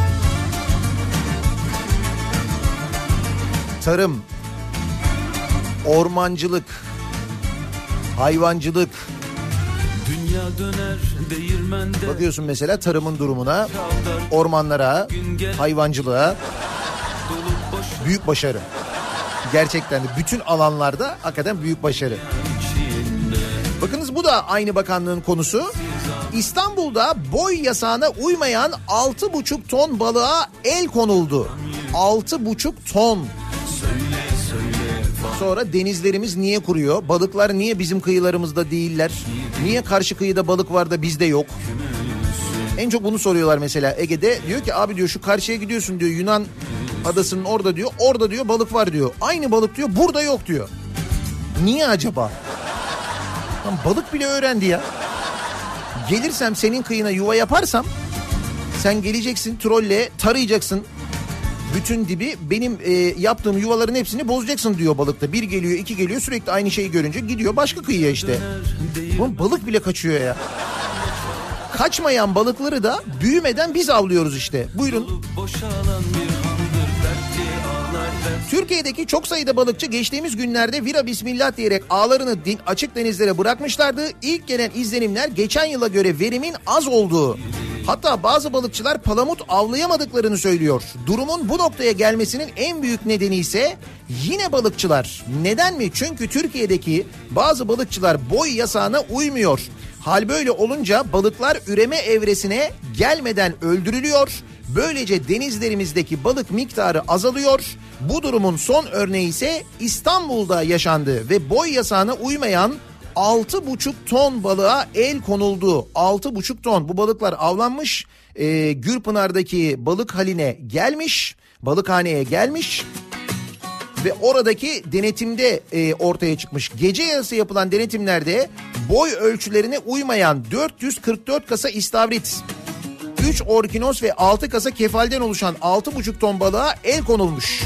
Speaker 1: Tarım, ormancılık, hayvancılık. Bakıyorsun mesela tarımın durumuna, ormanlara, hayvancılığa, büyük başarı. Gerçekten de bütün alanlarda hakikaten büyük başarı. Bakınız bu da aynı bakanlığın konusu. İstanbul'da boy yasağına uymayan altı buçuk ton balığa el konuldu. altı buçuk ton. Sonra denizlerimiz niye kuruyor? Balıklar niye bizim kıyılarımızda değiller? Niye karşı kıyıda balık var da bizde yok? En çok bunu soruyorlar mesela Ege'de. Diyor ki abi diyor şu karşıya gidiyorsun diyor, Yunan adasının orada diyor. Orada diyor balık var diyor. Aynı balık diyor burada yok diyor. Niye acaba? Lan balık bile öğrendi ya. Gelirsem senin kıyına yuva yaparsam sen geleceksin trolle tarayacaksın. Bütün dibi benim e, yaptığım yuvaların hepsini bozacaksın diyor balıkta. Bir geliyor, iki geliyor, sürekli aynı şeyi görünce gidiyor başka kıyıya işte. Oğlum balık bile kaçıyor ya. Kaçmayan balıkları da büyümeden biz avlıyoruz işte. Buyurun. Türkiye'deki çok sayıda balıkçı geçtiğimiz günlerde vira bismillah diyerek ağlarını açık denizlere bırakmışlardı. İlk gelen izlenimler geçen yıla göre verimin az olduğu. Hatta bazı balıkçılar palamut avlayamadıklarını söylüyor. Durumun bu noktaya gelmesinin en büyük nedeni ise yine balıkçılar. Neden mi? Çünkü Türkiye'deki bazı balıkçılar boy yasağına uymuyor. Hal böyle olunca balıklar üreme evresine gelmeden öldürülüyor. Böylece denizlerimizdeki balık miktarı azalıyor. Bu durumun son örneği ise İstanbul'da yaşandı ve boy yasağına uymayan altı buçuk ton balığa el konuldu. altı buçuk ton bu balıklar avlanmış. E, Gürpınar'daki balık haline gelmiş. Balıkhaneye gelmiş. Ve oradaki denetimde e, ortaya çıkmış. Gece yarısı yapılan denetimlerde boy ölçülerine uymayan dört yüz kırk dört kasa istavrit, üç orkinos ve altı kasa kefalden oluşan altı buçuk ton balığa el konulmuş.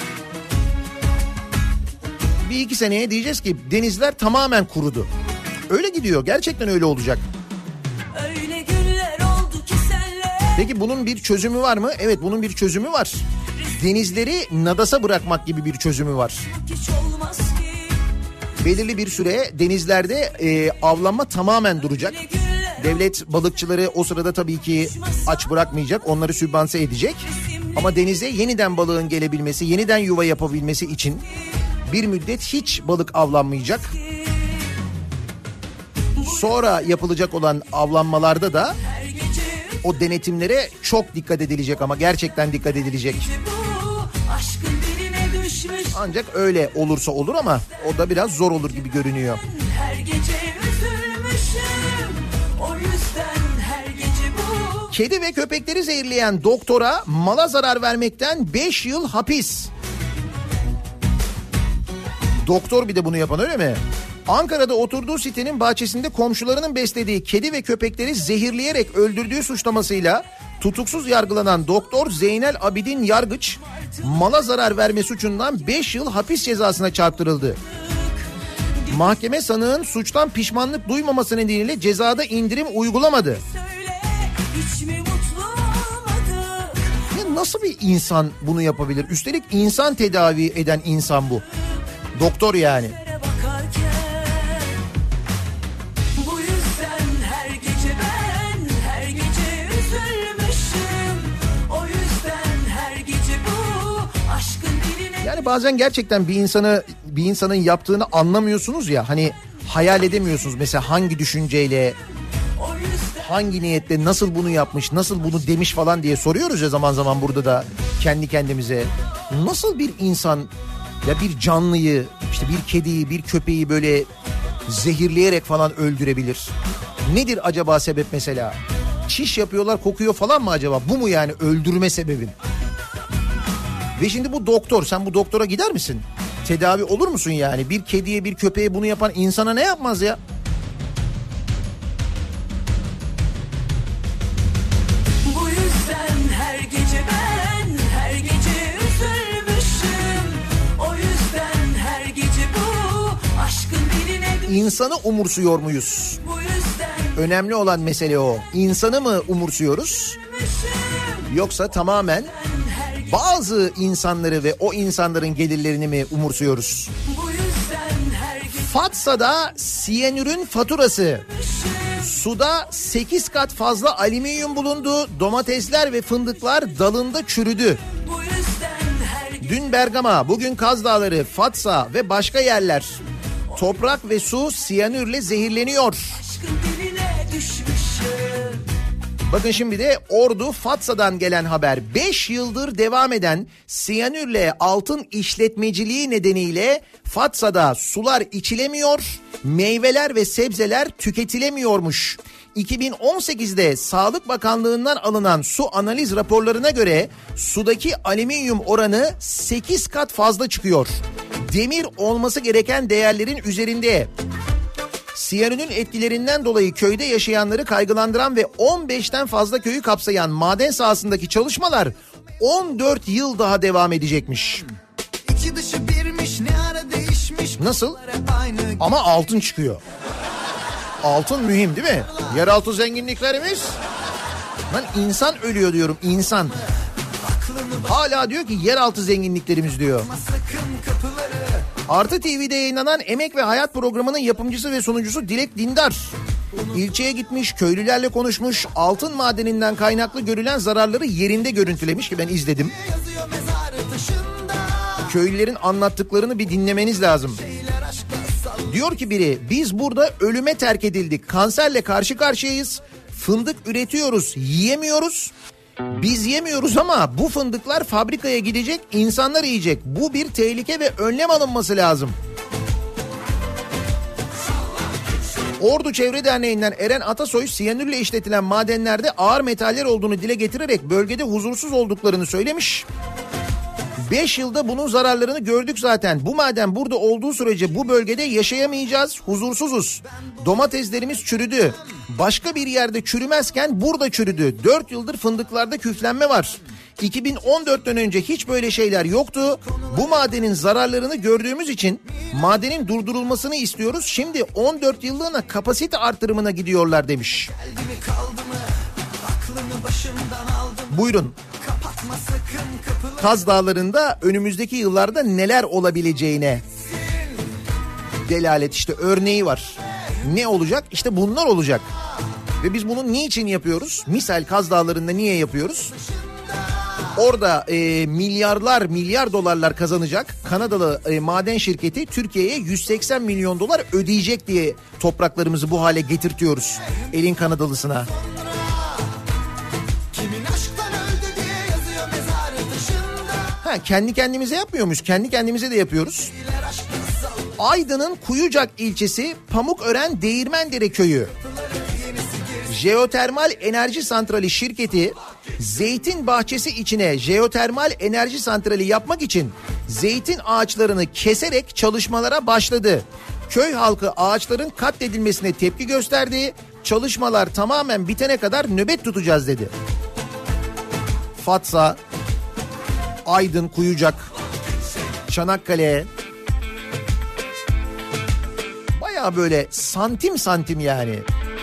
Speaker 1: Bir iki seneye diyeceğiz ki denizler tamamen kurudu. Öyle gidiyor, gerçekten öyle olacak.
Speaker 6: Öyle günler oldu ki senle.
Speaker 1: Peki bunun bir çözümü var mı? Evet, bunun bir çözümü var. Denizleri nadasa bırakmak gibi bir çözümü var.
Speaker 6: Hiç olmaz ki.
Speaker 1: Belirli bir süre denizlerde e, avlanma tamamen duracak. Devlet balıkçıları o sırada tabii ki aç bırakmayacak, onları sübvanse edecek. Ama denize yeniden balığın gelebilmesi, yeniden yuva yapabilmesi için bir müddet hiç balık avlanmayacak. Sonra yapılacak olan avlanmalarda da o denetimlere çok dikkat edilecek, ama gerçekten dikkat edilecek. Ancak öyle olursa olur, ama o da biraz zor olur gibi görünüyor.
Speaker 6: Her gece üzülmüşüm, o yüzden her gece bu.
Speaker 1: Kedi ve köpekleri zehirleyen doktora mala zarar vermekten beş yıl hapis. Doktor bir de bunu yapan, öyle mi? Ankara'da oturduğu sitenin bahçesinde komşularının beslediği kedi ve köpekleri zehirleyerek öldürdüğü suçlamasıyla tutuksuz yargılanan Doktor Zeynel Abidin Yargıç mala zarar verme suçundan beş yıl hapis cezasına çarptırıldı. Mahkeme sanığın suçtan pişmanlık duymaması nedeniyle cezada indirim uygulamadı. Ya nasıl bir insan bunu yapabilir? Üstelik insan tedavi eden insan bu. Doktor yani. Yani bazen gerçekten bir insanı bir insanın yaptığını anlamıyorsunuz ya, hani hayal edemiyorsunuz mesela hangi düşünceyle, hangi niyetle, nasıl bunu yapmış, nasıl bunu demiş falan diye soruyoruz ya zaman zaman burada da kendi kendimize. Nasıl bir insan ya bir canlıyı, işte bir kediyi, bir köpeği böyle zehirleyerek falan öldürebilir? Nedir acaba sebep mesela? Çiş yapıyorlar, kokuyor falan mı acaba? Bu mu yani öldürme sebebin? Ve şimdi bu doktor, sen bu doktora gider misin? Tedavi olur musun yani? Bir kediye, bir köpeğe bunu yapan insana ne yapmaz ya?
Speaker 6: Bu yüzden her gece ben, her gece üzülmüşüm. O yüzden her gece bu aşkın diline düşmüşüm.
Speaker 1: İnsanı umursuyor muyuz?
Speaker 6: Bu yüzden
Speaker 1: önemli olan mesele o. İnsanı mı umursuyoruz? Yoksa tamamen bazı insanları ve o insanların gelirlerini mi umursuyoruz? Fatsa'da siyanürün faturası. Suda sekiz kat fazla alüminyum bulundu. Domatesler ve fındıklar dalında çürüdü. Dün Bergama, bugün Kaz Dağları, Fatsa ve başka yerler. Toprak ve su siyanürle zehirleniyor. Bakın şimdi de Ordu Fatsa'dan gelen haber. beş yıldır devam eden siyanürle altın işletmeciliği nedeniyle Fatsa'da sular içilemiyor, meyveler ve sebzeler tüketilemiyormuş. iki bin on sekizde Sağlık Bakanlığı'ndan alınan su analiz raporlarına göre sudaki alüminyum oranı sekiz kat fazla çıkıyor. Demir olması gereken değerlerin üzerinde. Siyanürün etkilerinden dolayı köyde yaşayanları kaygılandıran ve on beşten fazla köyü kapsayan maden sahasındaki çalışmalar on dört yıl daha devam edecekmiş.
Speaker 8: İki dışı birmiş, ne ara değişmiş.
Speaker 1: Nasıl? Ama altın çıkıyor. Altın mühim değil mi? Yeraltı zenginliklerimiz. Lan insan ölüyor diyorum, insan. Hala diyor ki yeraltı zenginliklerimiz diyor. Artı T V'de yayınlanan Emek ve Hayat programının yapımcısı ve sunucusu Dilek Dindar ilçeye gitmiş, köylülerle konuşmuş, altın madeninden kaynaklı görülen zararları yerinde görüntülemiş ki ben izledim. Köylülerin anlattıklarını bir dinlemeniz lazım. Diyor ki biri, biz burada ölüme terk edildik, kanserle karşı karşıyayız, fındık üretiyoruz, yiyemiyoruz. Biz yemiyoruz ama bu fındıklar fabrikaya gidecek, insanlar yiyecek. Bu bir tehlike ve önlem alınması lazım. Ordu Çevre Derneği'nden Eren Atasoy siyanürle işletilen madenlerde ağır metaller olduğunu dile getirerek bölgede huzursuz olduklarını söylemiş. beş yılda bunun zararlarını gördük zaten. Bu maden burada olduğu sürece bu bölgede yaşayamayacağız, huzursuzuz. Domateslerimiz çürüdü. Başka bir yerde çürümezken burada çürüdü. dört yıldır fındıklarda küflenme var. iki bin on dörtten önce hiç böyle şeyler yoktu. Bu madenin zararlarını gördüğümüz için madenin durdurulmasını istiyoruz. Şimdi on dört yıllığına kapasite artırımına gidiyorlar demiş. Buyurun. Kaz Dağları'nda önümüzdeki yıllarda neler olabileceğine delalet, işte örneği var. Ne olacak? İşte bunlar olacak. Ve biz bunu niçin yapıyoruz? Misal Kaz Dağları'nda niye yapıyoruz? Orada e, milyarlar milyar dolarlar kazanacak Kanadalı e, maden şirketi Türkiye'ye yüz seksen milyon dolar ödeyecek diye topraklarımızı bu hale getirtiyoruz elin Kanadalısına. Ha, kendi kendimize yapmıyor muyuz? Kendi kendimize de yapıyoruz. Aydın'ın Kuyucak ilçesi Pamukören Değirmendere köyü. Jeotermal Enerji Santrali şirketi zeytin bahçesi içine jeotermal enerji santrali yapmak için zeytin ağaçlarını keserek çalışmalara başladı. Köy halkı ağaçların katledilmesine tepki gösterdi. Çalışmalar tamamen bitene kadar nöbet tutacağız dedi. Fatsa, Aydın, Kuyucak, Çanakkale. Baya böyle santim santim yani.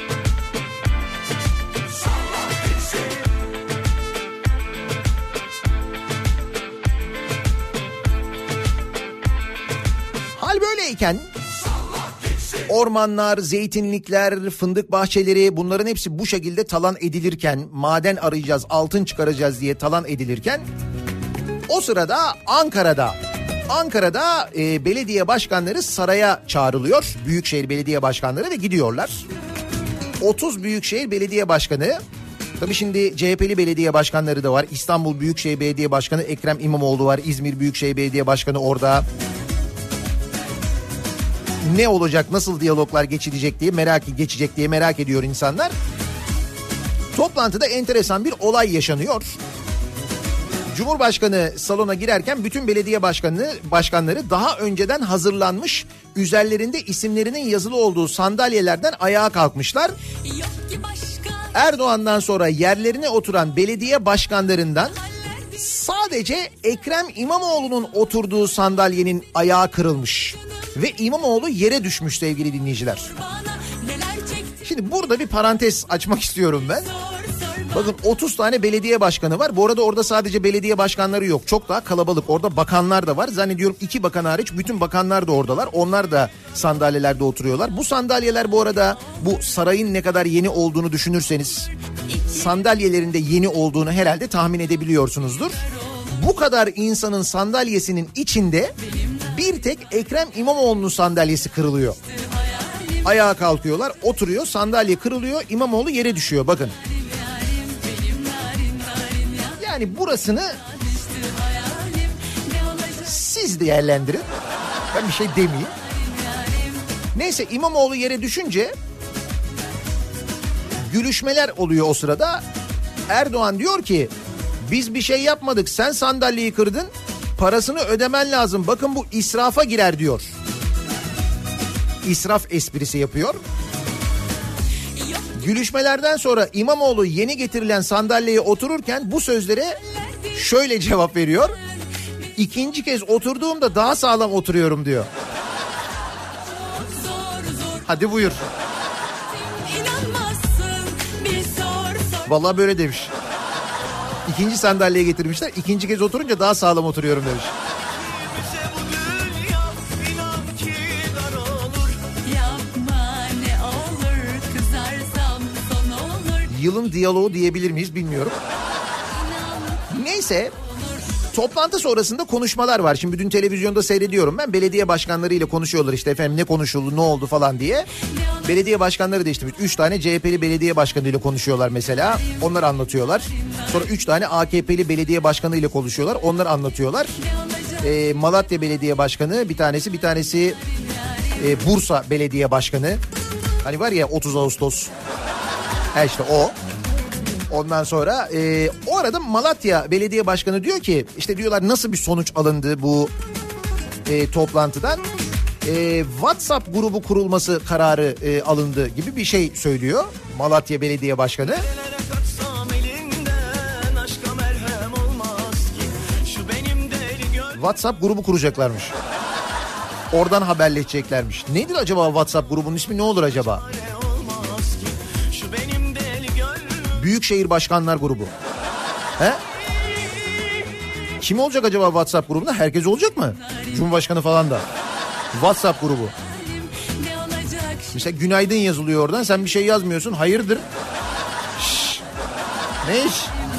Speaker 1: Hal böyleyken ormanlar, zeytinlikler, fındık bahçeleri, bunların hepsi bu şekilde talan edilirken, maden arayacağız, altın çıkaracağız diye talan edilirken o sırada Ankara'da Ankara'da e, belediye başkanları saraya çağrılıyor. Büyükşehir belediye başkanları ve gidiyorlar. otuz büyükşehir belediye başkanı, tabii şimdi C H P'li belediye başkanları da var. İstanbul Büyükşehir Belediye Başkanı Ekrem İmamoğlu var. İzmir Büyükşehir Belediye Başkanı orada. Ne olacak, nasıl diyaloglar geçilecek diye merak geçecek diye merak ediyor insanlar. Toplantıda enteresan bir olay yaşanıyor. Cumhurbaşkanı salona girerken bütün belediye başkanı başkanları daha önceden hazırlanmış, üzerlerinde isimlerinin yazılı olduğu sandalyelerden ayağa kalkmışlar. Erdoğan'dan sonra yerlerine oturan belediye başkanlarından sadece Ekrem İmamoğlu'nun oturduğu sandalyenin ayağı kırılmış ve İmamoğlu yere düşmüş sevgili dinleyiciler. Şimdi burada bir parantez açmak istiyorum ben. Bakın otuz tane belediye başkanı var. Bu arada orada sadece belediye başkanları yok. Çok daha kalabalık. Orada bakanlar da var. Zannediyorum iki bakan hariç bütün bakanlar da oradalar. Onlar da sandalyelerde oturuyorlar. Bu sandalyeler bu arada, bu sarayın ne kadar yeni olduğunu düşünürseniz, sandalyelerin de yeni olduğunu herhalde tahmin edebiliyorsunuzdur. Bu kadar insanın sandalyesinin içinde bir tek Ekrem İmamoğlu'nun sandalyesi kırılıyor. Ayağa kalkıyorlar, oturuyor, sandalye kırılıyor, İmamoğlu yere düşüyor. Bakın. Yani burasını siz değerlendirin. Ben bir şey demeyeyim. Neyse, İmamoğlu yere düşünce gülüşmeler oluyor o sırada. Erdoğan diyor ki biz bir şey yapmadık, sen sandalyeyi kırdın, parasını ödemen lazım, bakın bu israfa girer diyor. İsraf esprisi yapıyor. Gülüşmelerden sonra İmamoğlu yeni getirilen sandalyeye otururken bu sözlere şöyle cevap veriyor. İkinci kez oturduğumda daha sağlam oturuyorum diyor. Hadi buyur. Vallahi böyle demiş. İkinci sandalyeye getirmişler. İkinci kez oturunca daha sağlam oturuyorum demiş. Yılın diyaloğu diyebilir miyiz bilmiyorum. Neyse, toplantı sonrasında konuşmalar var. Şimdi dün televizyonda seyrediyorum ben, belediye başkanlarıyla konuşuyorlar işte, efendim ne konuşuldu, ne oldu falan diye. Belediye başkanları da işte üç tane C H P'li belediye başkanıyla konuşuyorlar mesela. Onlar anlatıyorlar. Sonra üç tane A K P'li belediye başkanıyla konuşuyorlar. Onlar anlatıyorlar. Ee, Malatya Belediye Başkanı bir tanesi, bir tanesi e, Bursa Belediye Başkanı. Hani var ya otuz Ağustos. Ha işte o. Ondan sonra e, o arada Malatya Belediye Başkanı diyor ki işte diyorlar nasıl bir sonuç alındı bu e, toplantıdan. E, WhatsApp grubu kurulması kararı e, alındı gibi bir şey söylüyor Malatya Belediye Başkanı. WhatsApp grubu kuracaklarmış. Oradan haberleşeceklermiş. Nedir acaba WhatsApp grubunun ismi, ne olur acaba? Büyükşehir Başkanlar Grubu. He? Kim olacak acaba WhatsApp grubunda? Herkes olacak mı? Cumhurbaşkanı falan da. WhatsApp grubu. Mesela günaydın yazılıyor oradan. Sen bir şey yazmıyorsun. Hayırdır? Şşş. Ne iş?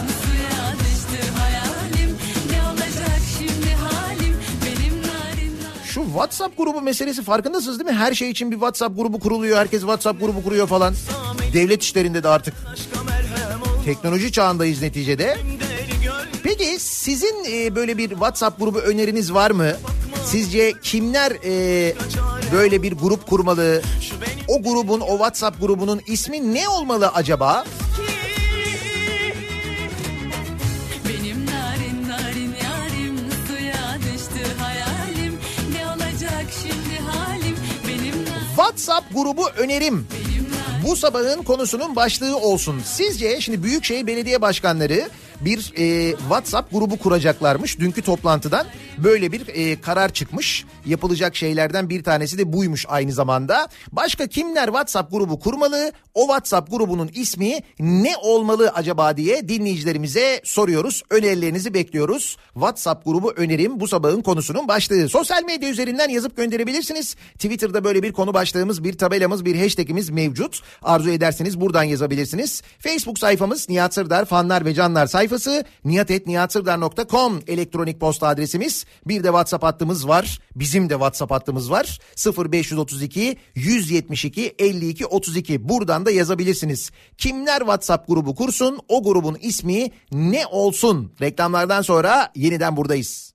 Speaker 1: Şu WhatsApp grubu meselesi, farkındasınız değil mi? Her şey için bir WhatsApp grubu kuruluyor. Herkes WhatsApp grubu kuruyor falan. Devlet işlerinde de artık. Teknoloji çağındayız neticede. Peki sizin e, böyle bir WhatsApp grubu öneriniz var mı? Sizce kimler e, böyle bir grup kurmalı? O grubun, o WhatsApp grubunun ismi ne olmalı acaba?
Speaker 6: Benim narin narin yarim suya düştü hayalim. Ne olacak şimdi halim? Benim narin...
Speaker 1: WhatsApp grubu önerim. Bu sabahın konusunun başlığı olsun. Sizce şimdi Büyükşehir Belediye Başkanları bir e, WhatsApp grubu kuracaklarmış. Dünkü toplantıdan böyle bir e, karar çıkmış. Yapılacak şeylerden bir tanesi de buymuş aynı zamanda. Başka kimler WhatsApp grubu kurmalı? O WhatsApp grubunun ismi ne olmalı acaba diye dinleyicilerimize soruyoruz. Önerilerinizi bekliyoruz. WhatsApp grubu önerim bu sabahın konusunun başlığı. Sosyal medya üzerinden yazıp gönderebilirsiniz. Twitter'da böyle bir konu başlığımız, bir tabelamız, bir hashtagimiz mevcut. Arzu ederseniz buradan yazabilirsiniz. Facebook sayfamız Nihat Sırdar fanlar ve canlar sayfası, nihat et nihat sırdar nokta com elektronik posta adresimiz. Bir de WhatsApp hattımız var. Bizim de WhatsApp hattımız var. sıfır beş otuz iki yüz yetmiş iki elli iki otuz iki. Buradan da yazabilirsiniz. Kimler WhatsApp grubu kursun? O grubun ismi ne olsun? Reklamlardan sonra yeniden buradayız.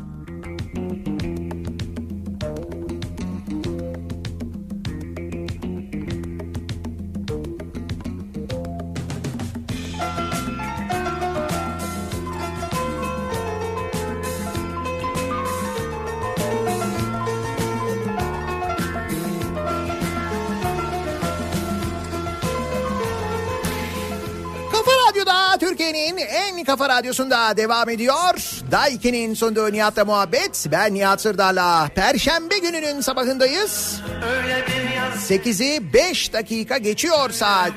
Speaker 1: Türkiye'nin en kafa radyosunda devam ediyor. Daiki'nin sunduğu Nihat'la muhabbet. Ben Nihat Sırdar'la. Perşembe gününün sabahındayız. sekizi beş dakika geçiyor saat.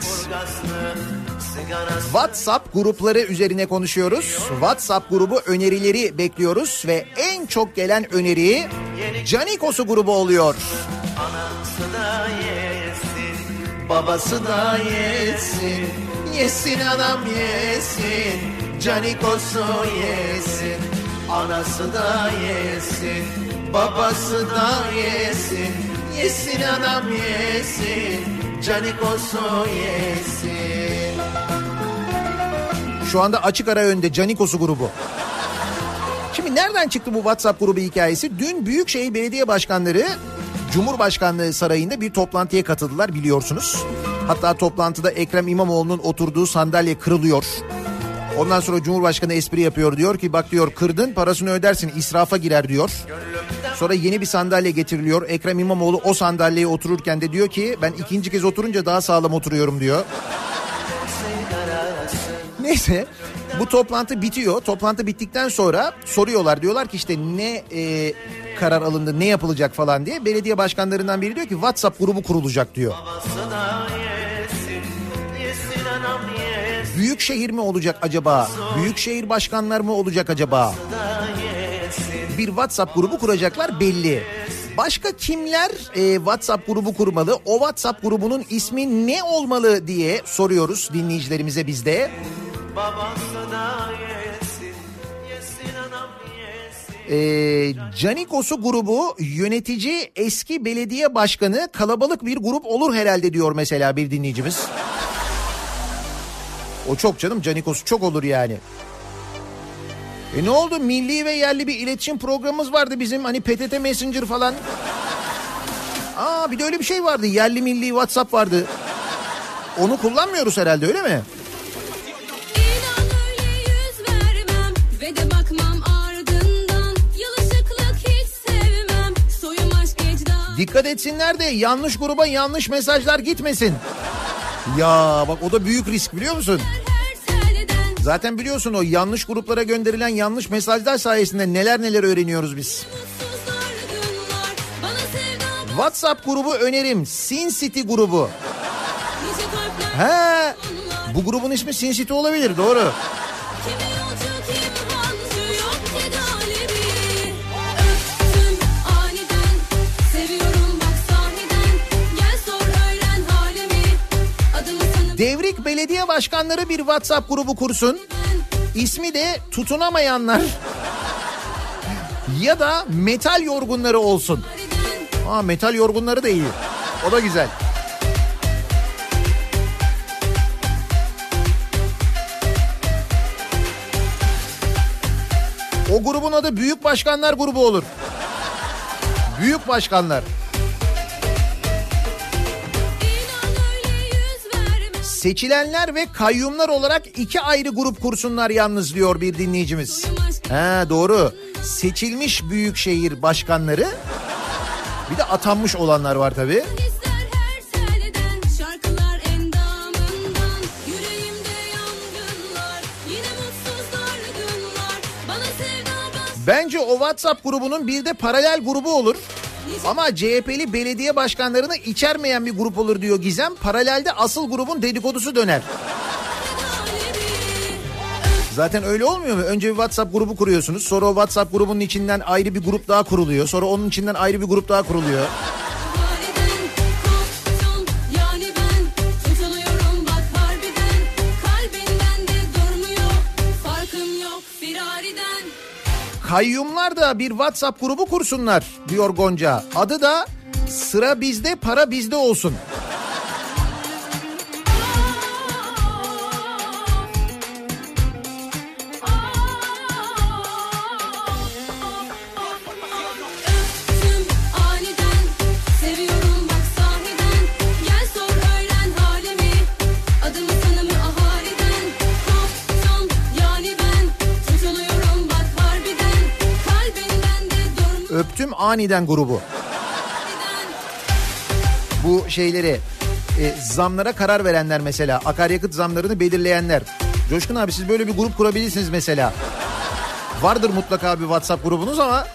Speaker 1: WhatsApp grupları üzerine konuşuyoruz. WhatsApp grubu önerileri bekliyoruz ve en çok gelen öneri Canikos'u grubu oluyor. Anası da yesin, babası da yesin. Yesin anam yesin, Canikos'u yesin. Anası da yesin, babası da yesin. Yesin anam yesin, Canikos'u yesin. Şu anda açık ara önde Canikos'u grubu. Şimdi nereden çıktı bu WhatsApp grubu hikayesi? Dün Büyükşehir Belediye Başkanları Cumhurbaşkanlığı Sarayı'nda bir toplantıya katıldılar biliyorsunuz. Hatta toplantıda Ekrem İmamoğlu'nun oturduğu sandalye kırılıyor. Ondan sonra Cumhurbaşkanı espri yapıyor, diyor ki bak diyor kırdın parasını ödersin, israfa girer diyor. Sonra yeni bir sandalye getiriliyor. Ekrem İmamoğlu o sandalyeye otururken de diyor ki ben ikinci kez oturunca daha sağlam oturuyorum diyor. Neyse bu toplantı bitiyor. Toplantı bittikten sonra soruyorlar, diyorlar ki işte ne e, karar alındı, ne yapılacak falan diye. Belediye başkanlarından biri diyor ki WhatsApp grubu kurulacak diyor. Büyükşehir mi olacak acaba? Büyükşehir başkanlar mı olacak acaba? Bir WhatsApp grubu kuracaklar belli. Başka kimler e, WhatsApp grubu kurmalı? O WhatsApp grubunun ismi ne olmalı diye soruyoruz dinleyicilerimize biz de. Ee, Canikos'u grubu yönetici eski belediye başkanı, kalabalık bir grup olur herhalde diyor mesela bir dinleyicimiz. O çok canım, Canikos'u çok olur yani. E ne oldu? Milli ve yerli bir iletişim programımız vardı bizim, hani P T T Messenger falan. Aa bir de öyle bir şey vardı. Yerli milli WhatsApp vardı. Onu kullanmıyoruz herhalde, öyle mi?
Speaker 6: Ve de bakmam ardından, yalışıklık hiç sevmem, soyum aşk ecdan.
Speaker 1: Dikkat etsinler de yanlış gruba yanlış mesajlar gitmesin. Ya bak o da büyük risk, biliyor musun? Zaten biliyorsun o yanlış gruplara gönderilen yanlış mesajlar sayesinde neler neler öğreniyoruz biz. WhatsApp grubu önerim, Sin City grubu. He, bu grubun ismi Sin City olabilir, doğru. Devrik belediye başkanları bir WhatsApp grubu kursun. İsmi de tutunamayanlar ya da metal yorgunları olsun. Aa, metal yorgunları da iyi. O da güzel. O grubun adı Büyük Başkanlar grubu olur. Büyük Başkanlar. Seçilenler ve kayyumlar olarak iki ayrı grup kursunlar yalnız, diyor bir dinleyicimiz. He doğru. Seçilmiş büyükşehir başkanları, bir de atanmış olanlar var tabii. Bence o WhatsApp grubunun bir de paralel grubu olur. Ama C H P'li belediye başkanlarını içermeyen bir grup olur diyor Gizem. Paralelde asıl grubun dedikodusu döner. Zaten öyle olmuyor mu? Önce bir WhatsApp grubu kuruyorsunuz. Sonra o WhatsApp grubunun içinden ayrı bir grup daha kuruluyor. Sonra onun içinden ayrı bir grup daha kuruluyor. Kayyumlar da bir WhatsApp grubu kursunlar, diyor Gonca. Adı da Sıra Bizde Para Bizde olsun. Öptüm aniden grubu. Bu şeyleri e, zamlara karar verenler mesela, akaryakıt zamlarını belirleyenler. Coşkun abi siz böyle bir grup kurabilirsiniz mesela. Vardır mutlaka bir WhatsApp grubunuz ama.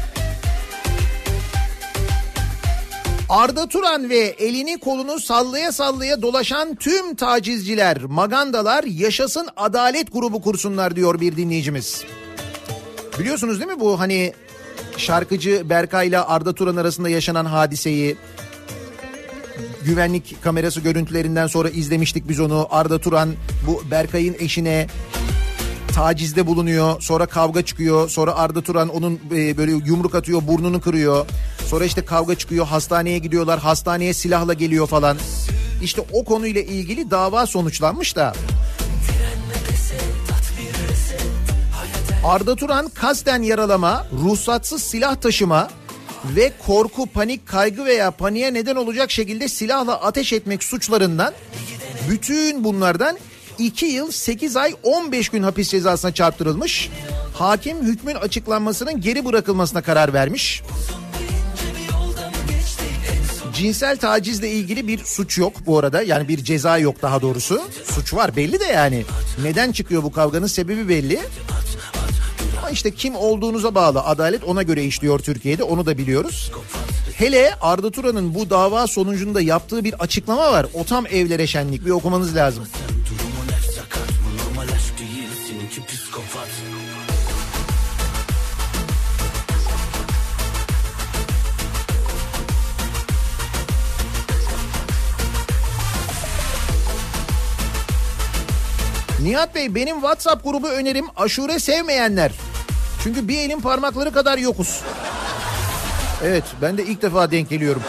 Speaker 1: Arda Turan ve elini kolunu sallaya sallaya dolaşan tüm tacizciler, magandalar yaşasın adalet grubu kursunlar, diyor bir dinleyicimiz. Biliyorsunuz değil mi bu hani şarkıcı Berkay ile Arda Turan arasında yaşanan hadiseyi, güvenlik kamerası görüntülerinden sonra izlemiştik biz onu. Arda Turan bu Berkay'ın eşine tacizde bulunuyor. Sonra kavga çıkıyor. Sonra Arda Turan onun e, böyle yumruk atıyor, burnunu kırıyor. Sonra işte kavga çıkıyor, hastaneye gidiyorlar. Hastaneye silahla geliyor falan. İşte o konuyla ilgili dava sonuçlanmış da. Arda Turan kasten yaralama, ruhsatsız silah taşıma ve korku, panik, kaygı veya paniğe neden olacak şekilde silahla ateş etmek suçlarından, bütün bunlardan iki yıl sekiz ay on beş gün hapis cezasına çarptırılmış. Hakim hükmün açıklanmasının geri bırakılmasına karar vermiş. Cinsel tacizle ilgili bir suç yok bu arada, yani bir ceza yok daha doğrusu. Suç var belli de, yani neden çıkıyor bu kavganın sebebi belli. Ama işte kim olduğunuza bağlı, adalet ona göre işliyor Türkiye'de, onu da biliyoruz. Hele Arda Turan'ın bu dava sonucunda yaptığı bir açıklama var. O tam evlere şenlik, bir okumanız lazım. Nihat Bey, benim WhatsApp grubu önerim aşure sevmeyenler. Çünkü bir elin parmakları kadar yokuz. Evet, ben de ilk defa denk geliyorum.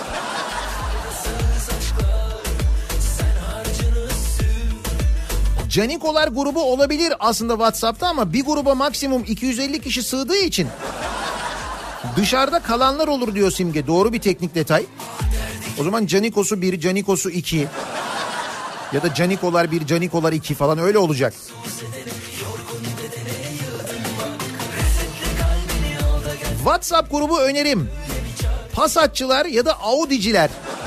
Speaker 1: Canikolar grubu olabilir aslında WhatsApp'ta ama bir gruba maksimum iki yüz elli kişi sığdığı için dışarıda kalanlar olur diyor Simge. Doğru bir teknik detay. O zaman Canikos'u bir, Canikos'u iki ya da Canikolar bir, Canikolar iki falan öyle olacak. WhatsApp grubu önerim. Passatçılar ya da Audi'ciler.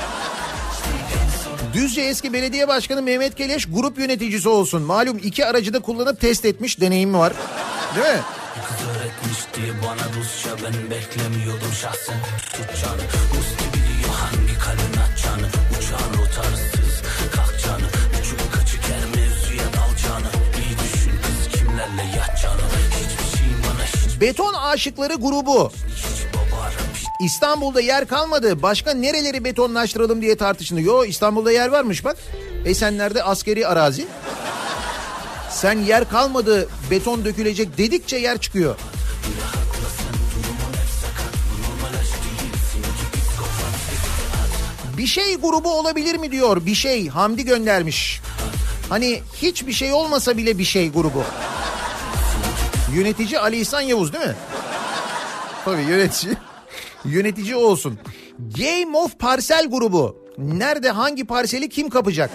Speaker 1: Düzce eski belediye başkanı Mehmet Keleş grup yöneticisi olsun. Malum iki aracı da kullanıp test etmiş, deneyimi var. Değil mi?
Speaker 9: Kız öğretmiş diye bana Rusça, ben beklemiyordum şahsen. Tutacağını Musti biliyor hangi kalbin atacağını. Uçağın rotarsız kalkacağını. Uçup kaçık her mevzuya dalacağını. İyi düşün kız kimlerle yatacağını. Hiçbir şey bana hiç...
Speaker 1: Beton aşıkları grubu. İstanbul'da yer kalmadı. Başka nereleri betonlaştıralım diye tartışılıyor. Yo, İstanbul'da yer varmış bak. Esenler'de askeri arazi. Sen yer kalmadı, beton dökülecek dedikçe yer çıkıyor. Bir şey grubu olabilir mi diyor. Bir şey Hamdi göndermiş. Hani hiçbir şey olmasa bile bir şey grubu. Yönetici Ali İhsan Yavuz değil mi? Tabii yönetici. Yönetici olsun. Game of Parsel grubu. Nerede hangi parseli kim kapacak?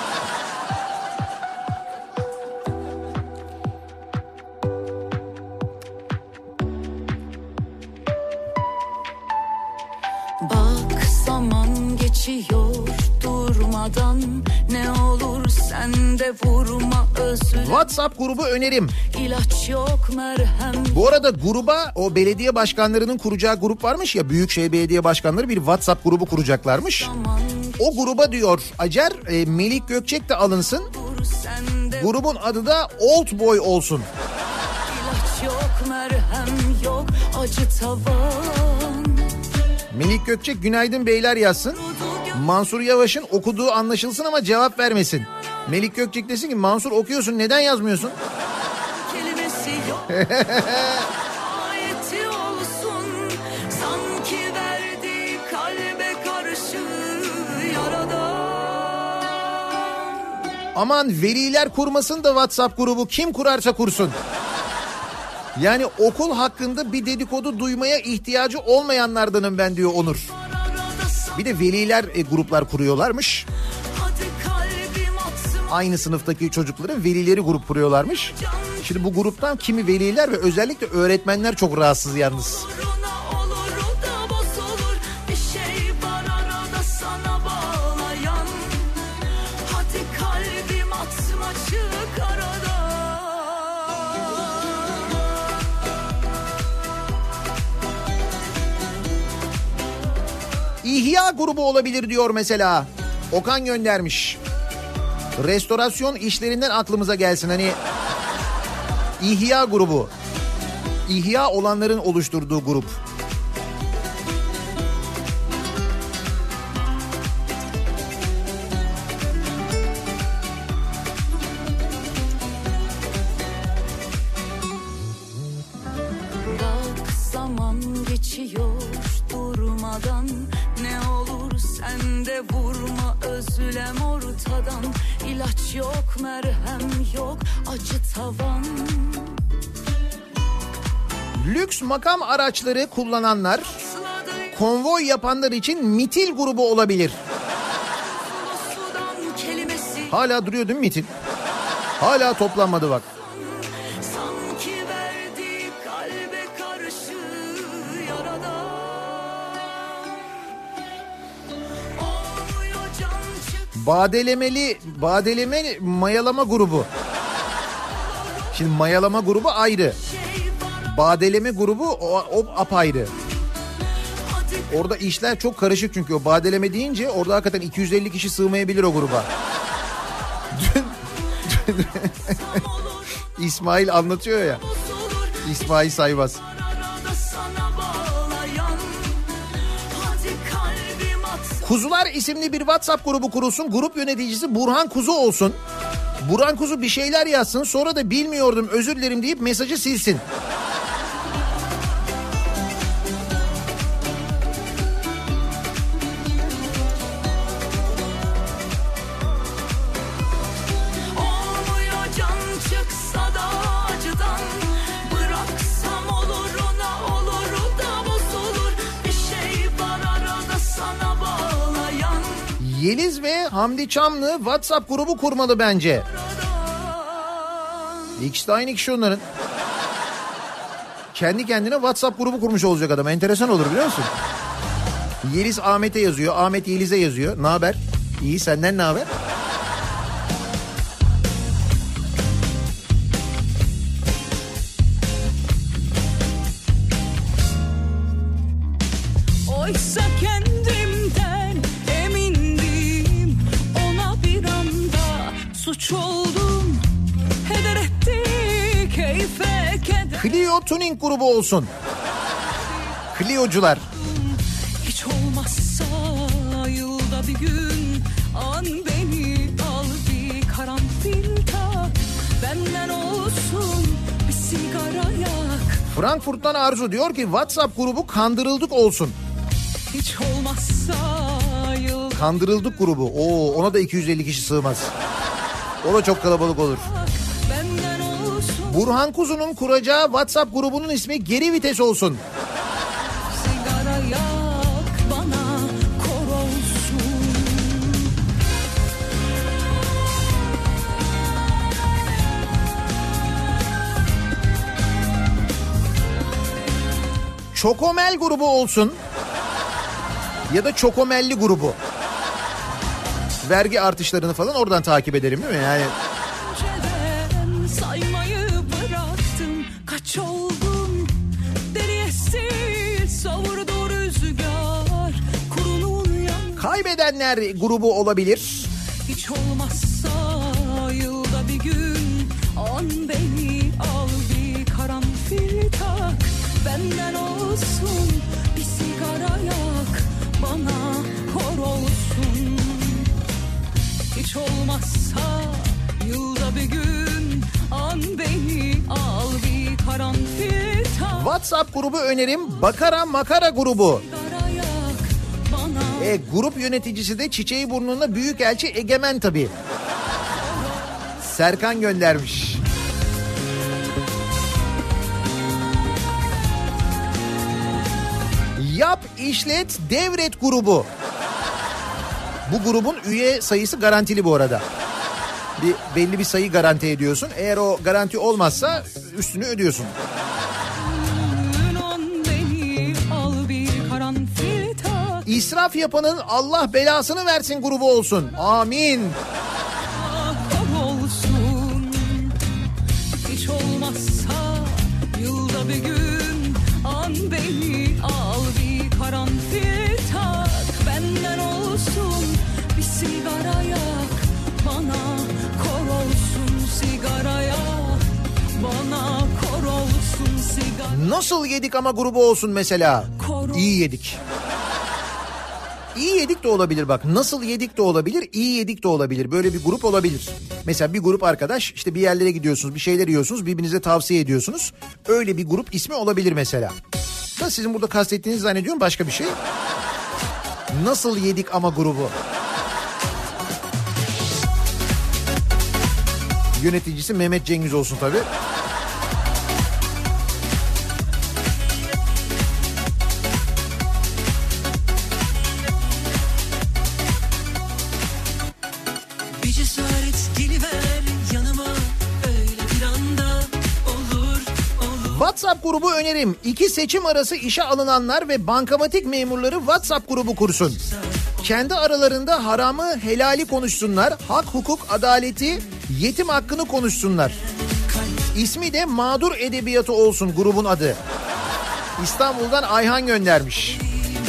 Speaker 10: Bak zaman geçiyor durmadan, ne olur sen de vurma özür.
Speaker 1: WhatsApp grubu önerim.
Speaker 10: İlaç yok merhem.
Speaker 1: Bu arada gruba, o belediye başkanlarının kuracağı grup varmış ya, Büyükşehir Belediye Başkanları bir WhatsApp grubu kuracaklarmış. O gruba diyor Acar, e, Melik Gökçek de alınsın. Grubun adı da Old Boy olsun.
Speaker 10: İlaç yok merhem yok acı tavan.
Speaker 1: Melik Gökçek günaydın beyler yazsın. Mansur Yavaş'ın okuduğu anlaşılsın ama cevap vermesin. Melik Gökçek desin ki Mansur okuyorsun neden yazmıyorsun?
Speaker 10: Kelimesi yok. Ayeti olsun. Sanki verdi kalbe karşı yaradan.
Speaker 1: Aman veliler kurmasın da WhatsApp grubu, kim kurarsa kursun. Yani okul hakkında bir dedikodu duymaya ihtiyacı olmayanlardanım ben diyor Onur. Bir de veliler e, gruplar kuruyorlarmış. Aynı sınıftaki çocukların velileri grup kuruyorlarmış. Şimdi bu gruptan kimi veliler ve özellikle öğretmenler çok rahatsız yalnız. İhya grubu olabilir diyor mesela. Okan göndermiş. Restorasyon işlerinden aklımıza gelsin hani. İhya grubu. İhya olanların oluşturduğu grup.
Speaker 10: Bak zaman geçiyor durmadan, ne olur sen de vurma özlem ortadan. İlaç yok merhem yok acı tavan.
Speaker 1: Lüks makam araçları kullananlar, konvoy yapanlar için mitil grubu olabilir. Hala duruyor değil mi mitil? Hala toplanmadı bak. Badelemeli, badeleme mayalama grubu. Şimdi mayalama grubu ayrı. Badeleme grubu o, o apayrı. Orada işler çok karışık çünkü o badeleme deyince orada hakikaten iki yüz elli kişi sığmayabilir o gruba. Dün, dün İsmail anlatıyor ya. İsmail Sayvaz. Kuzular isimli bir WhatsApp grubu kurulsun. Grup yöneticisi Burhan Kuzu olsun. Burhan Kuzu bir şeyler yazsın, sonra da bilmiyordum özür dilerim deyip mesajı silsin.
Speaker 10: Olur da bozulur bir şey var arada sana bağlayan.
Speaker 1: Yeliz ve Hamdi Çamlı WhatsApp grubu kurmalı bence. İkisi de aynı kişi onların. Kendi kendine WhatsApp grubu kurmuş olacak adam. Enteresan olur biliyor musun? Yeliz Ahmet'e yazıyor. Ahmet Yeliz'e yazıyor. Ne haber? İyi, senden ne haber?
Speaker 10: Oysa kendimden emindim, ona bir anda suç oldum. Heder etti keyfe keder.
Speaker 1: Clio Tuning grubu olsun. Clio'cular.
Speaker 10: Hiç olmazsa yılda bir gün an beni al, bir karanfil tak, benden olsun bir sigara yak.
Speaker 1: Frankfurt'tan Arzu diyor ki WhatsApp grubu kandırıldık olsun.
Speaker 10: Hiç olmazsa yıl.
Speaker 1: Kandırıldık grubu. Oo, ona da iki yüz elli kişi sığmaz. O da çok kalabalık olur. Burhan Kuzu'nun kuracağı WhatsApp grubunun ismi Geri Vites olsun.
Speaker 10: Sigara yak bana, kor olsun.
Speaker 1: Çokomel grubu olsun. Ya da Çokomelli grubu. Vergi artışlarını falan oradan takip ederim değil mi? Yani...
Speaker 10: Saymayı bıraktım, kaç oldum, deriye sil savurdu rüzgar, kurunun yan...
Speaker 1: Kaybedenler grubu olabilir.
Speaker 10: Hiç olmazsa yılda bir gün an beni al, bir karanfil tak, benden olsun bir sigara yak, bana kor olsun. Hiç olmazsa yılda bir gün an beni al, bir karanfil tak.
Speaker 1: WhatsApp grubu önerim Bakara Makara grubu.
Speaker 10: Bana...
Speaker 1: E, grup yöneticisi de Çiçeğiburnun'da Büyükelçi Egemen tabii. Serkan göndermiş. Yap, işlet, devret grubu. Bu grubun üye sayısı garantili bu arada. Bir belli bir sayı garanti ediyorsun. Eğer o garanti olmazsa üstünü ödüyorsun. İsraf yapanın Allah belasını versin grubu olsun. Amin.
Speaker 10: Olsun. Hiç olmazsa yılda bir gün an beni al, bir karanfil tak, benden olsun bir sigara yak, bana kor olsun. Sigara yak, bana kor olsun. Sigara...
Speaker 1: Nasıl yedik ama grubu olsun mesela. Kor... İyi yedik. İyi yedik de olabilir bak. Nasıl yedik de olabilir, iyi yedik de olabilir. Böyle bir grup olabilir. Mesela bir grup arkadaş, işte bir yerlere gidiyorsunuz, bir şeyler yiyorsunuz, birbirinize tavsiye ediyorsunuz. Öyle bir grup ismi olabilir mesela. Da sizin burada kastettiğinizi zannediyorum başka bir şey. Nasıl yedik ama grubu. Yöneticisi Mehmet Cengiz olsun tabii. WhatsApp grubu önerim. İki seçim arası işe alınanlar ve bankamatik memurları WhatsApp grubu kursun. Kendi aralarında haramı helali konuşsunlar. Hak, hukuk, adaleti, yetim hakkını konuşsunlar. İsmi de Mağdur Edebiyatı olsun grubun adı. İstanbul'dan Ayhan göndermiş.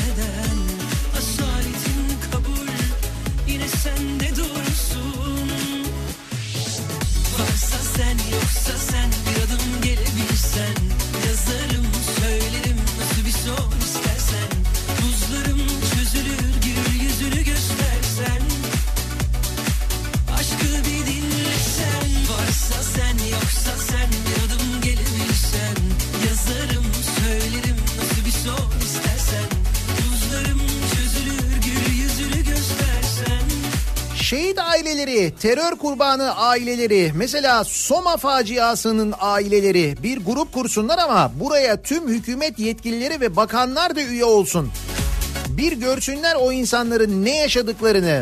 Speaker 1: Şehit aileleri, terör kurbanı aileleri, mesela Soma faciasının aileleri bir grup kursunlar ama buraya tüm hükümet yetkilileri ve bakanlar da üye olsun. Bir görsünler o insanların ne yaşadıklarını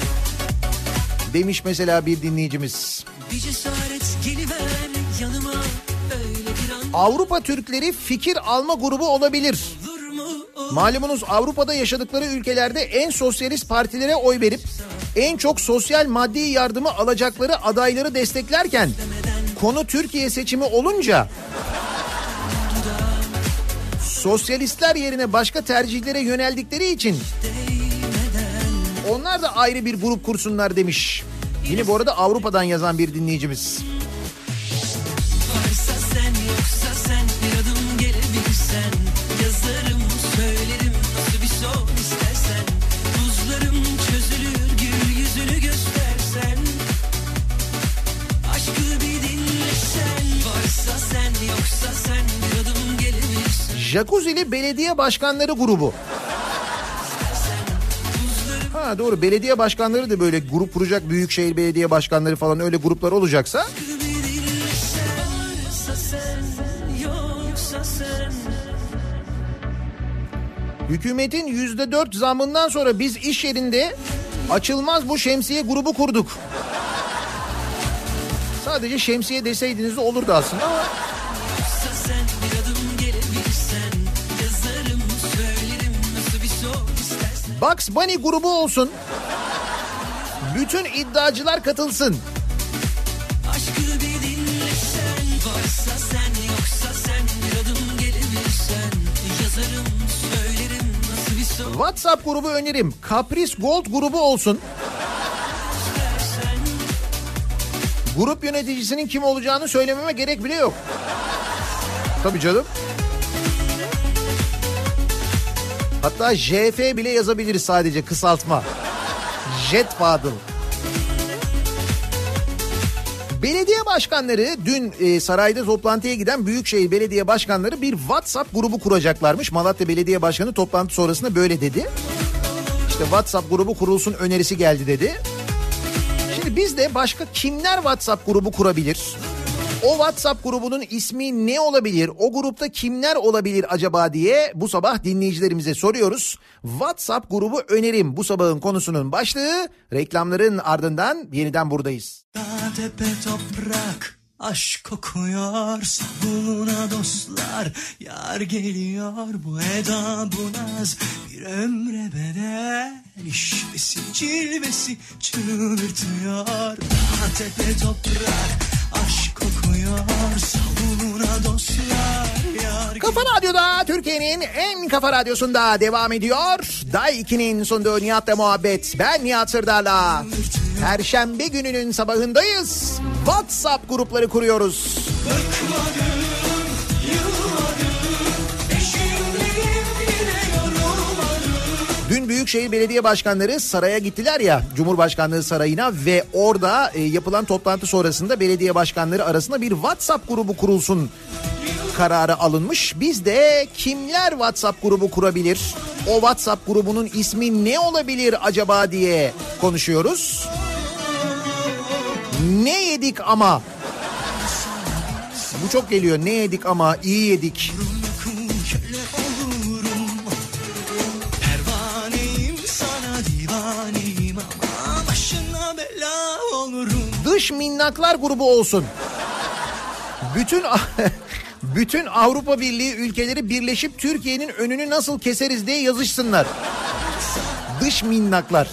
Speaker 1: demiş mesela bir dinleyicimiz.
Speaker 8: Bir cesaret geliver yanıma, öyle bir an
Speaker 1: Avrupa Türkleri fikir alma grubu olabilir. Malumunuz Avrupa'da yaşadıkları ülkelerde en sosyalist partilere oy verip en çok sosyal maddi yardımı alacakları adayları desteklerken konu Türkiye seçimi olunca sosyalistler yerine başka tercihlere yöneldikleri için onlar da ayrı bir grup kursunlar demiş. Yine bu arada Avrupa'dan yazan bir dinleyicimiz.
Speaker 8: varsa sen yoksa sen bir adım gelebilirsen, yazarım söylerim nasıl bir son istersen, buzlarım çözülür gül yüzünü göstersen, aşkı bir dinlesen, varsa sen yoksa sen bir adım gelebilirsen.
Speaker 1: Jacuzzi'li belediye başkanları grubu. Ha doğru, belediye başkanları da böyle grup kuracak, büyükşehir belediye başkanları falan öyle gruplar olacaksa. Hükümetin yüzde dört zammından sonra biz iş yerinde açılmaz bu şemsiye grubu kurduk. Sadece şemsiye deseydiniz de olurdu aslında ama. Bugs Bunny grubu olsun. Bütün iddiacılar katılsın.
Speaker 8: Aşkı bir dinlesen, varsa sen yoksa sen bir adım gelebilirsen, yazarım söylerim nasıl bir son.
Speaker 1: WhatsApp grubu önerim. Caprice Gold grubu olsun. Grup yöneticisinin kim olacağını söylememe gerek bile yok. Tabii canım. Hatta J F bile yazabiliriz, sadece kısaltma. Jet Fadıl. Belediye başkanları dün e, sarayda toplantıya giden büyükşehir belediye başkanları bir WhatsApp grubu kuracaklarmış. Malatya Belediye Başkanı toplantı sonrasında böyle dedi. İşte WhatsApp grubu kurulsun önerisi geldi dedi. Şimdi biz de başka kimler WhatsApp grubu kurabilir? O WhatsApp grubunun ismi ne olabilir? O grupta kimler olabilir acaba diye bu sabah dinleyicilerimize soruyoruz. WhatsApp grubu önerim bu sabahın konusunun başlığı. Reklamların ardından yeniden buradayız.
Speaker 8: Dağ tepe toprak aşk kokuyor, sabuna dostlar yar geliyor, bu eda bu naz bir ömre bedel, işvesi cilvesi çıldırtıyor. Dağ tepe toprak aşk kokuyor, sabuna dostlar yar.
Speaker 1: Kafa Radyo'da, Türkiye'nin en kafa radyosunda devam ediyor. Day iki'nin sunduğu Nihat'la muhabbet. Ben Nihat Sırdar'la. Perşembe gününün sabahındayız. WhatsApp grupları kuruyoruz. Dün Büyükşehir Belediye Başkanları saraya gittiler ya, Cumhurbaşkanlığı sarayına, ve orada e, yapılan toplantı sonrasında belediye başkanları arasında bir WhatsApp grubu kurulsun kararı alınmış. Biz de kimler WhatsApp grubu kurabilir, o WhatsApp grubunun ismi ne olabilir acaba diye konuşuyoruz. Ne yedik ama? Bu çok geliyor. Ne yedik ama? İyi yedik. Dış minnaklar grubu olsun. Bütün bütün Avrupa Birliği ülkeleri birleşip Türkiye'nin önünü nasıl keseriz diye yazışsınlar. Dış minnaklar.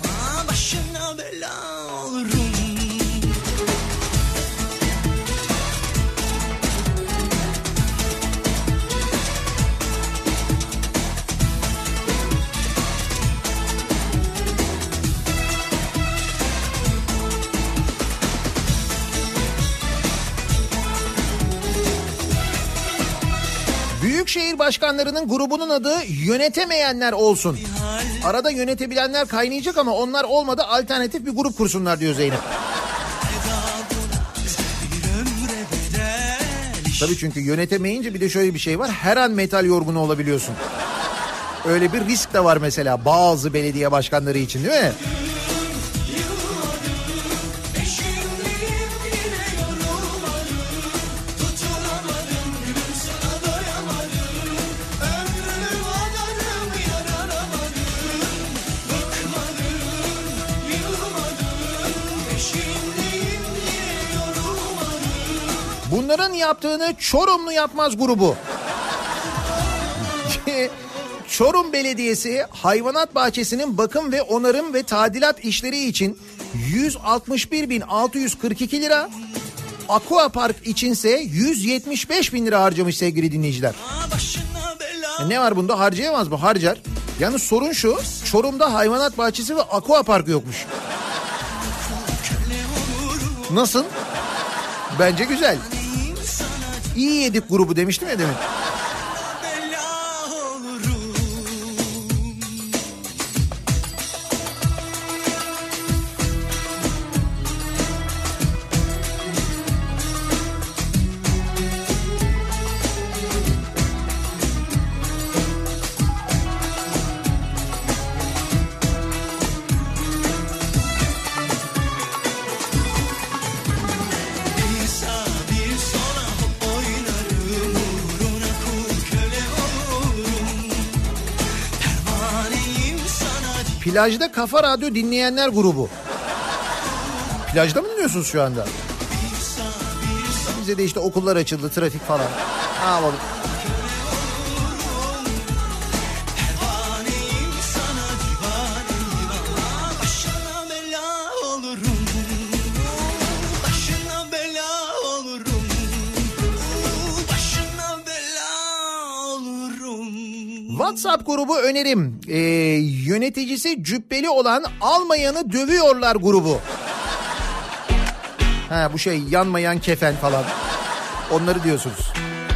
Speaker 1: Büyükşehir başkanlarının grubunun adı yönetemeyenler olsun. Arada yönetebilenler kaynayacak ama onlar olmadı, alternatif bir grup kursunlar diyor Zeynep. Tabii, çünkü yönetemeyince bir de şöyle bir şey var. Her an metal yorgunu olabiliyorsun. Öyle bir risk de var mesela bazı belediye başkanları için, değil mi? Çınar'ın yaptığını Çorumlu yapmaz grubu. Çorum Belediyesi hayvanat bahçesinin bakım ve onarım ve tadilat işleri için yüz altmış bir bin altı yüz kırk iki lira, Aqua Park içinse yüz yetmiş beş bin lira harcamış sevgili dinleyiciler. E ne var bunda, harcayamaz mı? Harcar. Yalnız sorun şu, Çorum'da hayvanat bahçesi ve Aqua Park yokmuş. Nasıl? Bence güzel. İyi yedik grubu demiştim ya demin. Plajda Kafa Radyo dinleyenler grubu. Plajda mı dinliyorsunuz şu anda? Bize de işte okullar açıldı, trafik falan. Ne yapalım? WhatsApp grubu önerim. Ee, yöneticisi cübbeli olan almayanı dövüyorlar grubu. Ha bu şey yanmayan kefen falan. Onları diyorsunuz.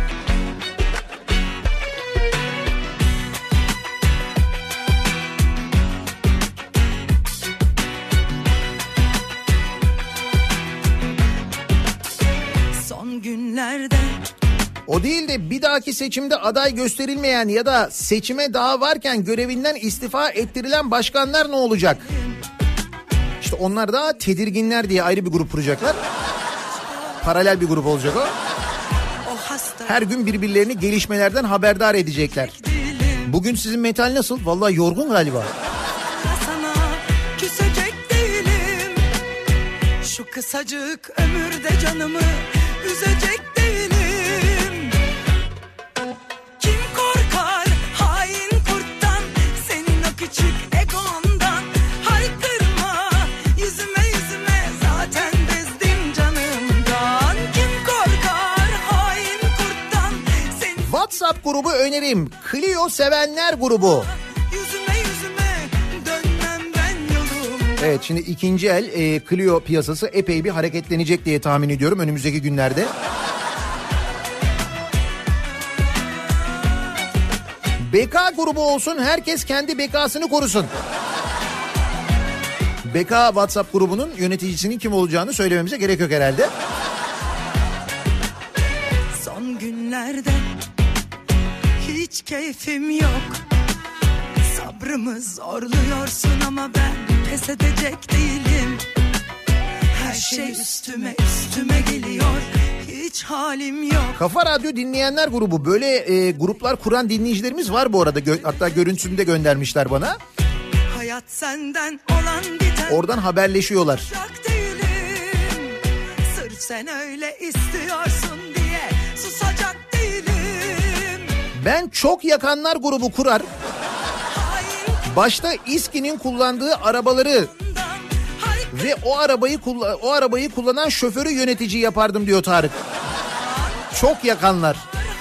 Speaker 10: Son günlerde
Speaker 1: o değil de bir dahaki seçimde aday gösterilmeyen ya da seçime daha varken görevinden istifa ettirilen başkanlar ne olacak? İşte onlar da tedirginler diye ayrı bir grup kuracaklar. Paralel bir grup olacak o. Her gün birbirlerini gelişmelerden haberdar edecekler. Bugün sizin metal nasıl? Vallahi yorgun galiba.
Speaker 10: sana küsecek değilim. Şu kısacık ömürde canımı üzecek değilim. Kim korkar hain kurttan, senin o küçük egondan. Haykırma yüzüme yüzüme, zaten bezdim canımdan. Kim korkar hain kurttan, senin...
Speaker 1: WhatsApp grubu önerim. Clio sevenler grubu.
Speaker 10: Yüzüme yüzüme dönmem ben yolum.
Speaker 1: Evet, şimdi ikinci el e, Clio piyasası epey bir hareketlenecek diye tahmin ediyorum önümüzdeki günlerde. B K grubu olsun, herkes kendi bekasını korusun. B K WhatsApp grubunun yöneticisinin kim olacağını söylememize gerek yok herhalde.
Speaker 10: Son günlerde hiç keyfim yok. Sabrımı zorluyorsun ama ben pes edecek değilim. Her şey üstüme üstüme geliyor. Hiç halim yok.
Speaker 1: Kafa Radyo dinleyenler grubu, böyle e, gruplar kuran dinleyicilerimiz var bu arada. Gö- hatta görüntüsünü de göndermişler bana.
Speaker 10: Hayat senden olan biten.
Speaker 1: Oradan haberleşiyorlar.
Speaker 10: Değilim. Sırf sen öyle istiyorsun diye susacak değilim.
Speaker 1: Ben çok yakanlar grubu kurar. Başta İSKİ'nin kullandığı arabaları ve o arabayı o arabayı kullanan şoförü yönetici yapardım diyor Tarık. Çok yakanlar.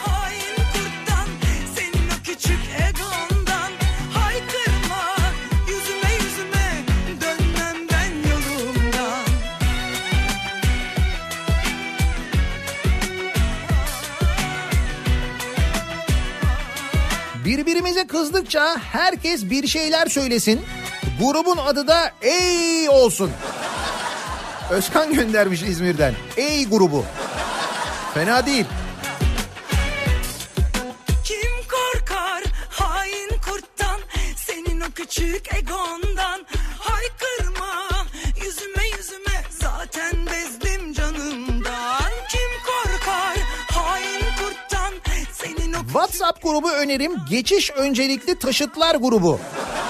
Speaker 1: Birbirimize kızdıkça herkes bir şeyler söylesin. Grubun adı da Ey olsun. Özkan göndermiş İzmir'den. Ey grubu. Fena değil.
Speaker 10: Kim korkar hain kurttan, senin o küçük egondan. Haykırma yüzüme yüzüme, zaten bezdim canımdan. Kim korkar hain kurttan, senin o...
Speaker 1: WhatsApp grubu önerim geçiş öncelikli taşıtlar grubu.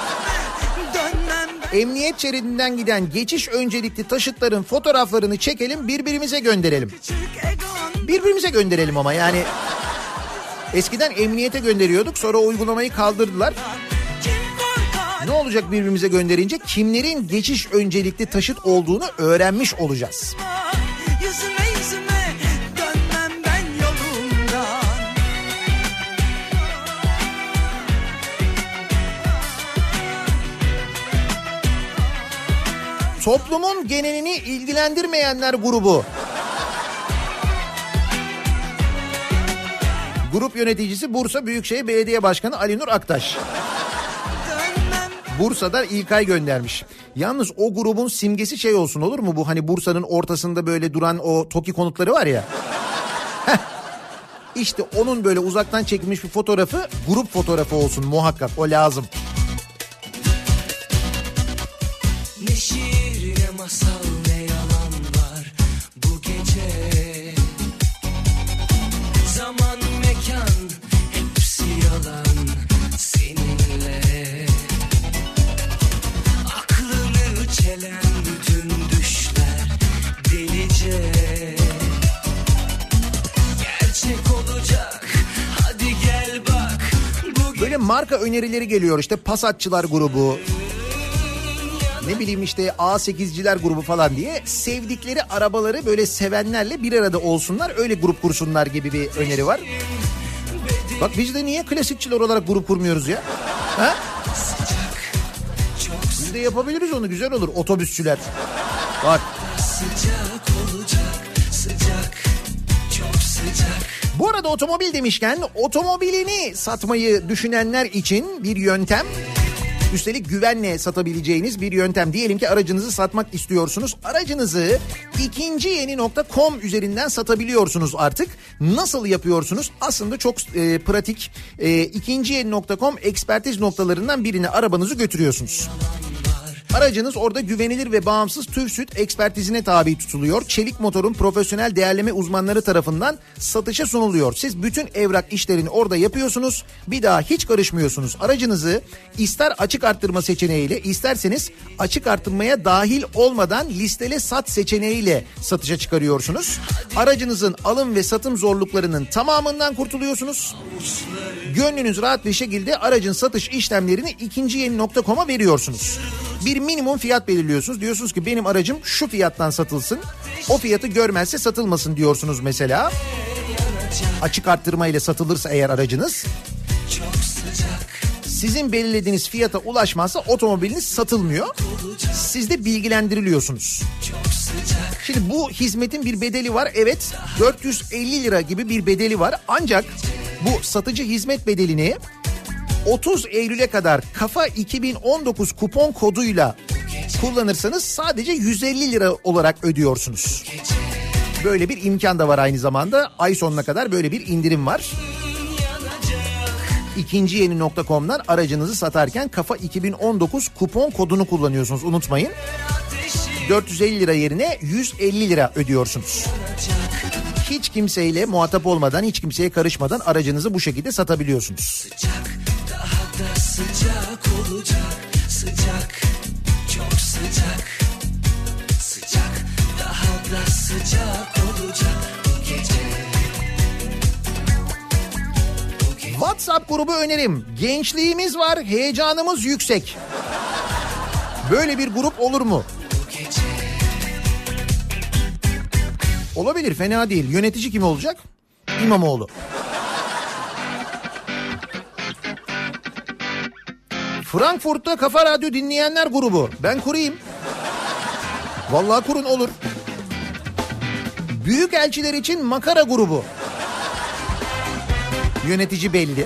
Speaker 1: Emniyet şeridinden giden geçiş öncelikli taşıtların fotoğraflarını çekelim, birbirimize gönderelim. Birbirimize gönderelim ama yani. Eskiden emniyete gönderiyorduk, sonra uygulamayı kaldırdılar. Ne olacak birbirimize gönderince? Kimlerin geçiş öncelikli taşıt olduğunu öğrenmiş olacağız.
Speaker 10: Yüzüme yüzüme dönmem ben yolumdan.
Speaker 1: Toplumun genelini ilgilendirmeyenler grubu. Grup yöneticisi Bursa Büyükşehir Belediye Başkanı Ali Nur Aktaş. Bursa'da İlkay göndermiş. Yalnız o grubun simgesi şey olsun, olur mu? Bu hani Bursa'nın ortasında böyle duran o TOKİ konutları var ya. Heh. İşte onun böyle uzaktan çekilmiş bir fotoğrafı grup fotoğrafı olsun muhakkak, o lazım.
Speaker 8: Ne şiir ne masal ne yalan var bu gece. Zaman mekan hepsi yalan seninle. Aklını çelen bütün düşler delice. Gerçek olacak hadi gel bak. Bugün...
Speaker 1: Böyle marka önerileri geliyor işte, Passatçılar grubu. Ne bileyim işte A sekizciler grubu falan diye sevdikleri arabaları böyle sevenlerle bir arada olsunlar, öyle grup kursunlar gibi bir öneri var. Bak biz de niye klasikçiler olarak grup kurmuyoruz ya? Ha? Biz de yapabiliriz onu, güzel olur, otobüsçüler. Bak.
Speaker 8: Sıcak olacak, sıcak, çok sıcak.
Speaker 1: Bu arada otomobil demişken, otomobilini satmayı düşünenler için bir yöntem. Üstelik güvenle satabileceğiniz bir yöntem. Diyelim ki aracınızı satmak istiyorsunuz. Aracınızı ikinciyeni nokta com üzerinden satabiliyorsunuz artık. Nasıl yapıyorsunuz? Aslında çok e, pratik. E, ikinciyeni nokta com ekspertiz noktalarından birine arabanızı götürüyorsunuz. Aracınız orada güvenilir ve bağımsız TÜV SÜD ekspertizine tabi tutuluyor. Çelik Motor'un profesyonel değerleme uzmanları tarafından satışa sunuluyor. Siz bütün evrak işlerini orada yapıyorsunuz. Bir daha hiç karışmıyorsunuz. Aracınızı ister açık arttırma seçeneğiyle, isterseniz açık arttırmaya dahil olmadan listele sat seçeneğiyle satışa çıkarıyorsunuz. Aracınızın alım ve satım zorluklarının tamamından kurtuluyorsunuz. Gönlünüz rahat bir şekilde aracın satış işlemlerini ikinciyeni nokta com'a veriyorsunuz. Bir minimum fiyat belirliyorsunuz. Diyorsunuz ki benim aracım şu fiyattan satılsın. O fiyatı görmezse satılmasın diyorsunuz mesela. Açık arttırma ile satılırsa eğer aracınız, sizin belirlediğiniz fiyata ulaşmazsa otomobiliniz satılmıyor. Siz de bilgilendiriliyorsunuz. Şimdi bu hizmetin bir bedeli var. Evet, dört yüz elli lira gibi bir bedeli var. Ancak bu satıcı hizmet bedelini otuz Eylül'e kadar Kafa iki bin on dokuz kupon koduyla kullanırsanız sadece yüz elli lira olarak ödüyorsunuz. Böyle bir imkan da var aynı zamanda. Ay sonuna kadar böyle bir indirim var. ikinciyeni nokta com'dan aracınızı satarken Kafa iki bin on dokuz kupon kodunu kullanıyorsunuz, unutmayın. dört yüz elli lira yerine yüz elli lira ödüyorsunuz. Hiç kimseyle muhatap olmadan, hiç kimseye karışmadan aracınızı bu şekilde satabiliyorsunuz.
Speaker 8: Sıcak, daha da sıcak olacak. Sıcak, çok sıcak. Sıcak, daha da sıcak olacak bu gece. Bu gece.
Speaker 1: WhatsApp grubu önerim. Gençliğimiz var, heyecanımız yüksek. Böyle bir grup olur mu? Olabilir, fena değil. Yönetici kim olacak? İmamoğlu. Frankfurt'ta Kafa Radyo dinleyenler grubu. Ben kurayım. Vallahi kurun, olur. Büyükelçiler için makara grubu. Yönetici belli.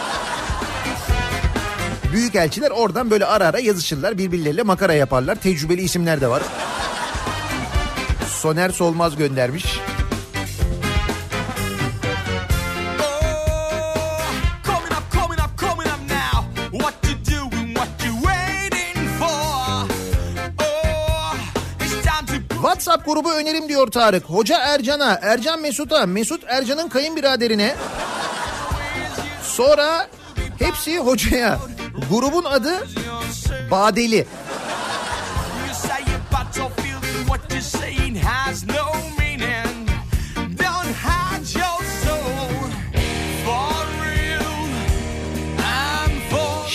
Speaker 1: Büyükelçiler oradan böyle ara ara yazışırlar, birbirleriyle makara yaparlar. Tecrübeli isimler de var. Soner Solmaz göndermiş. WhatsApp grubu önerim diyor Tarık. Hoca Ercan'a, Ercan Mesut'a, Mesut Ercan'ın kayınbiraderine, sonra hepsi hocaya. Grubun adı Badeli.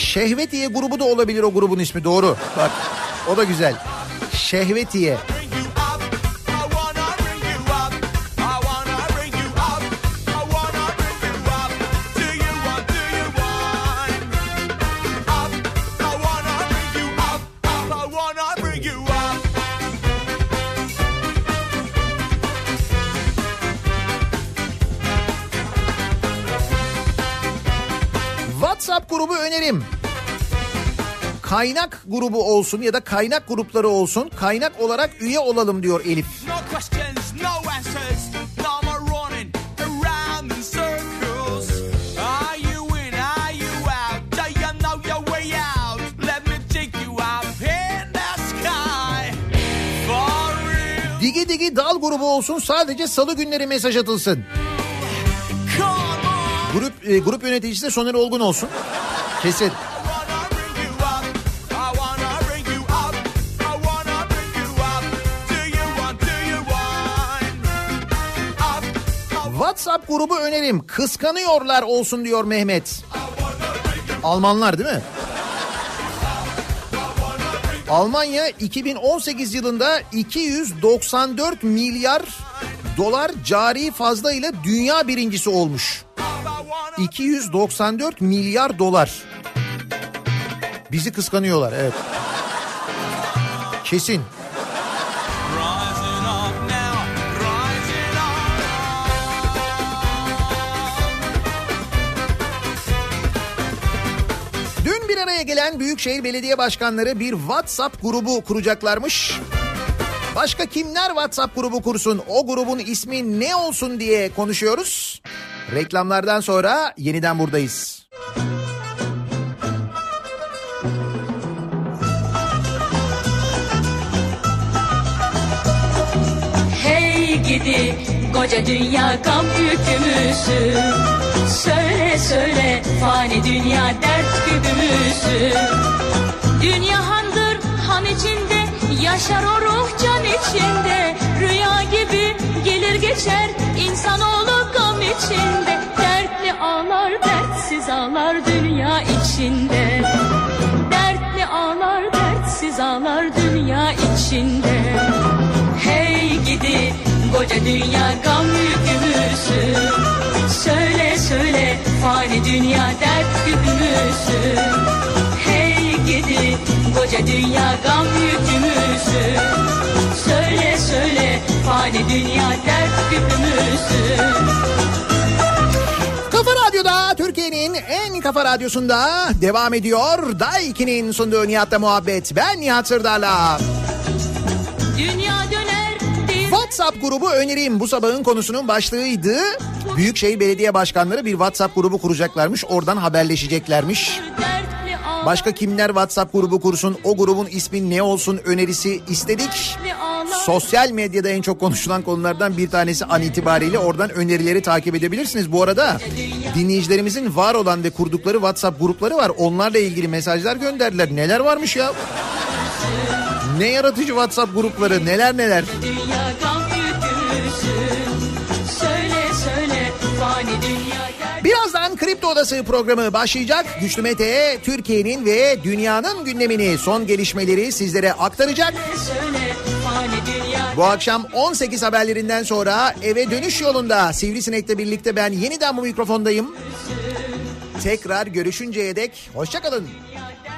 Speaker 1: Şehvetiye grubu da olabilir o grubun ismi, doğru. Bak o da güzel. Şehvetiye. WhatsApp grubu önerim. Kaynak grubu olsun ya da kaynak grupları olsun. Kaynak olarak üye olalım diyor Elif. Digi Digi Dal grubu olsun, sadece salı günleri mesaj atılsın. Grup e, grup yöneticisi de Soner Olgun olsun. Kesin. WhatsApp grubu önerim. Kıskanıyorlar olsun diyor Mehmet. Almanlar değil mi? Almanya iki bin on sekiz yılında iki yüz doksan dört milyar dolar cari fazla ile dünya birincisi olmuş. iki yüz doksan dört milyar dolar. Bizi kıskanıyorlar, evet. Kesin. Dün bir araya gelen Büyükşehir Belediye Başkanları bir WhatsApp grubu kuracaklarmış. Başka kimler WhatsApp grubu kursun, o grubun ismi ne olsun diye konuşuyoruz. Reklamlardan sonra yeniden buradayız.
Speaker 11: Hey gidi koca dünya gam yükümüzü, söyle söyle fani dünya dert güdümüzü. Dünya handır han içinde, yaşar o ruh can içinde. Rüya gibi gelir geçer insanoğlu gam içinde. Dertli ağlar dertsiz ağlar dünya içinde. Dertli ağlar dertsiz ağlar dünya içinde. Hey gidi koca dünya gam yükümüzü, söyle söyle fani dünya dert güdümüzü. Hey gidi koca dünya gam yükümüzü, söyle söyle fani dünya dert güdümüzü.
Speaker 1: Kafa Radyo'da, Türkiye'nin en kafa radyosunda devam ediyor. Daiki'nin sunduğu Nihat'la muhabbet. Ben Nihat Sırdar'la.
Speaker 11: Dünya döner.
Speaker 1: WhatsApp grubu önereyim, bu sabahın konusunun başlığıydı. Büyükşehir Belediye Başkanları bir WhatsApp grubu kuracaklarmış. Oradan haberleşeceklermiş. Başka kimler WhatsApp grubu kursun, o grubun ismi ne olsun önerisi istedik. Sosyal medyada en çok konuşulan konulardan bir tanesi an itibariyle, oradan önerileri takip edebilirsiniz. Bu arada dinleyicilerimizin var olan ve kurdukları WhatsApp grupları var. Onlarla ilgili mesajlar gönderdiler. Neler varmış ya? Ne yaratıcı WhatsApp grupları, neler neler. Birazdan Kripto Odası programı başlayacak. Güçlü Mete Türkiye'nin ve dünyanın gündemini, son gelişmeleri sizlere aktaracak. Bu akşam on sekiz haberlerinden sonra eve dönüş yolunda Sivrisinek'le birlikte ben yeniden bu mikrofondayım. Tekrar görüşünceye dek hoşça kalın.